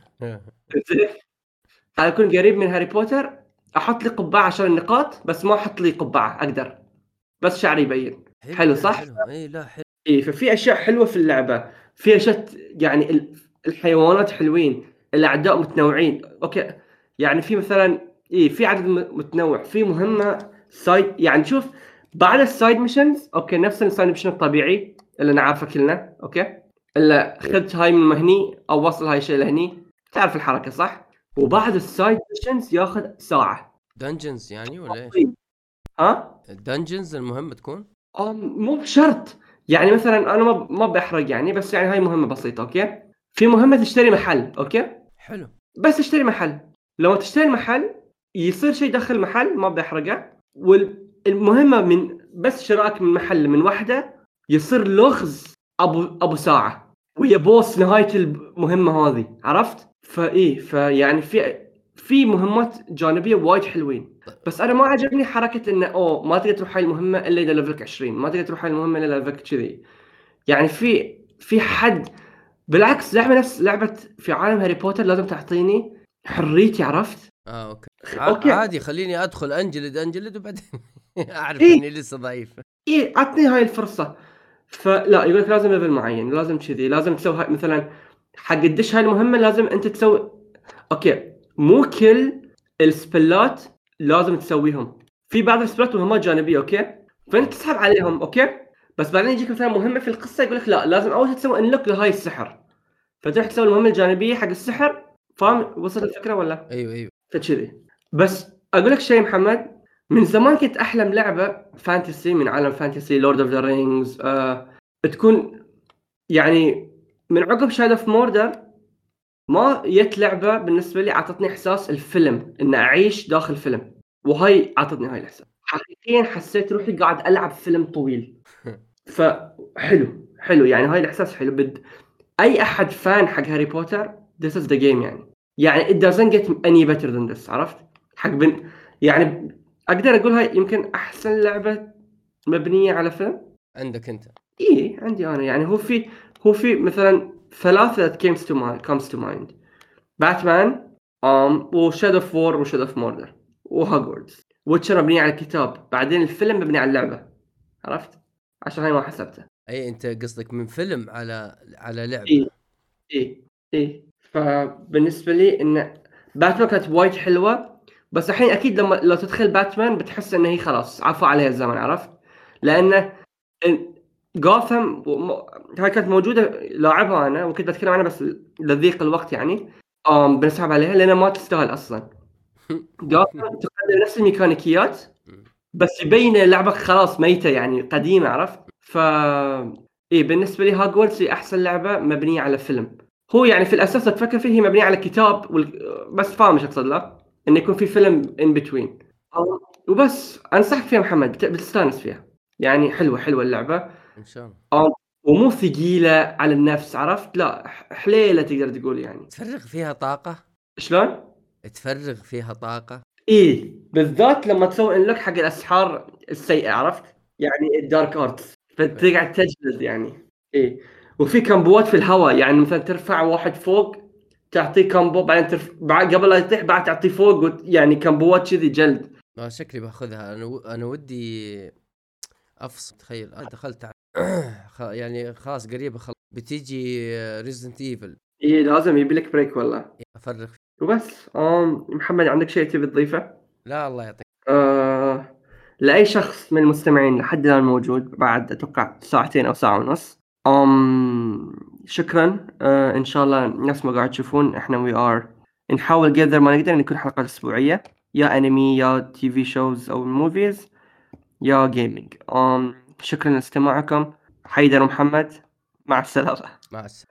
زين. اكون قريب من هاري بوتر، احط لي قبعه عشان النقاط، بس ما احط لي قبعه، اقدر بس شعري يبين. حلو حلو حلو صح؟ حلو. اي لا حلو. اي ففي اشياء حلوه في اللعبه، في اشياء يعني الحيوانات حلوين، الاعداء متنوعين، اوكي. يعني في مثلا في عدد متنوع، في مهمه سايد، يعني شوف، بعد السايد ميشنز، اوكي، نفس السايد ميشن الطبيعي اللي نعرفه كلنا، اوكي، الا خذت هاي من هني او وصل هاي الشيء لهني، تعرف الحركه صح؟ وبعد السايد ميشنز ياخذ ساعه. دنجنز يعني ولا ايش؟ ها؟ الدنجنز المهم تكون. مو بشرط. يعني مثلا انا ما بحرق يعني، بس يعني هاي مهمه بسيطه، اوكي. في مهمه تشتري محل، اوكي، حلو. بس تشتري محل. لما تشتري المحل يصير شيء داخل المحل ما بحرقه، والمهمه من بس شرائك من محل من وحده يصير لغز ابو ساعه، وهي بوس نهايه المهمه هذه، عرفت؟ فيعني في مهمات جانبيه وايد حلوين. بس انا ما عجبني حركه انه ما تقدر تروح هاي المهمه الا اذا ليفلك 20، ما تقدر تروح هاي المهمه الا ليفلك كذي. يعني في حد، بالعكس لعبه نفس لعبه في عالم هاري بوتر لازم تعطيني حريتي، عرفت؟ اوكي. اوكي. عادي خليني ادخل انجلد وبعدين اعرف اي اني لسه ضعيف. عطني هاي الفرصه. فلا، يقولك لازم ليفل معين، لازم كذي، لازم تسوي مثلا حق تدش هاي المهمه لازم انت تسوي، اوكي، مو كل السبلات لازم تسويهم، في بعض السبلات مهمات جانبيه، اوكي، فانت تسحب عليهم، اوكي، بس بعدين يجيك مثلا مهمه في القصه يقول لك لا، لازم اول شيء تسوي انلوك لهاي السحر، فتروح تسوي المهمه الجانبيه حق السحر. فاهم وصلت الفكره ولا؟ ايوه فكذي. بس اقول لك شيء محمد، من زمان كنت احلم لعبه فانتسي من عالم فانتسي، لورد اوف ذا رينجز، تكون يعني من عقب شادو اوف موردر ما جت لعبه بالنسبه لي اعطتني احساس الفيلم، ان اعيش داخل فيلم، وهاي اعطتني هاي الاحساس حقيقيا، حسيت روحي قاعد العب فيلم طويل. فحلو يعني هاي الاحساس حلو. اي احد فان حق هاري بوتر this is the game يعني it doesn't get any better than this، عرفت؟ حق يعني اقدر اقول هاي يمكن احسن لعبه مبنيه على فيلم. عندك انت. عندي انا، يعني هو في مثلا 3 that comes to mind: باتمان، وشادو اوف وور، وشادو اوف موردر، وهوجوردز. ويتشر مبني على الكتاب، بعدين الفيلم مبني على اللعبه، عرفت؟ عشان هاي ما حسبته. اي انت قصدك من فيلم على لعبة. اي اي فبالنسبه لي ان باتمان كانت وايد حلوه، بس الحين اكيد لو تدخل باتمان بتحس ان هي خلاص عفوا عليها الزمن، عرفت؟ لانه جوثم هاي كانت موجوده لاعبها انا، وكنت بتكلم عنها بس لضيق الوقت يعني، بنسحب عليها لانها ما تستاهل اصلا. جوثم تقدم نفس الميكانيكيات، بس يبين اللعبه خلاص ميته يعني قديمه، عرفت؟ بالنسبه لي هاجوردز هي احسن لعبه مبنيه على فيلم. هو يعني في الاساس تفكر فيه هي مبنيه على كتاب بس فاهم ايش اقصد له، انه يكون في فيلم ان بتوين. وبس انصحك فيها محمد، بتستانس فيها، يعني حلوه اللعبه. ان شاء الله. ومو ثقيله على النفس، عرفت؟ لا، حليله تقدر تقول يعني. تفرغ فيها طاقة. شلون؟ تفرغ فيها طاقة. بالذات لما تسوي انلوك حق الاسحار السيئه، عرفت؟ يعني الدارك ارتس، فتقعد تجلد يعني. وفي كامبوات في الهواء، يعني مثلا ترفع واحد فوق تعطيه كامبو، بعدين قبل لا يطيح بعد تعطيه فوق، يعني كامبوات كذي جلد. شكلي باخذها. انا ودي افصل. تخيل انا دخلت يعني خلاص قريب بتيجي ريزدنت ايفل. لازم يبي لك بريك والله. افرغ. وبس. محمد عندك شيء تبي تضيفه؟ لا الله يعطيك. لأي شخص من المستمعين لحد الآن موجود بعد أتوقع 2 أو 1.5 شكرا. إن شاء الله نفس ما قاعد تشوفون إحنا نحاول قدر ما نقدر نكون حلقات أسبوعية، يا أنمي يا تي في شوز أو موفيز يا جيمينج. شكرا لاستماعكم. حيدر ومحمد، مع السلامة. مع السلامة.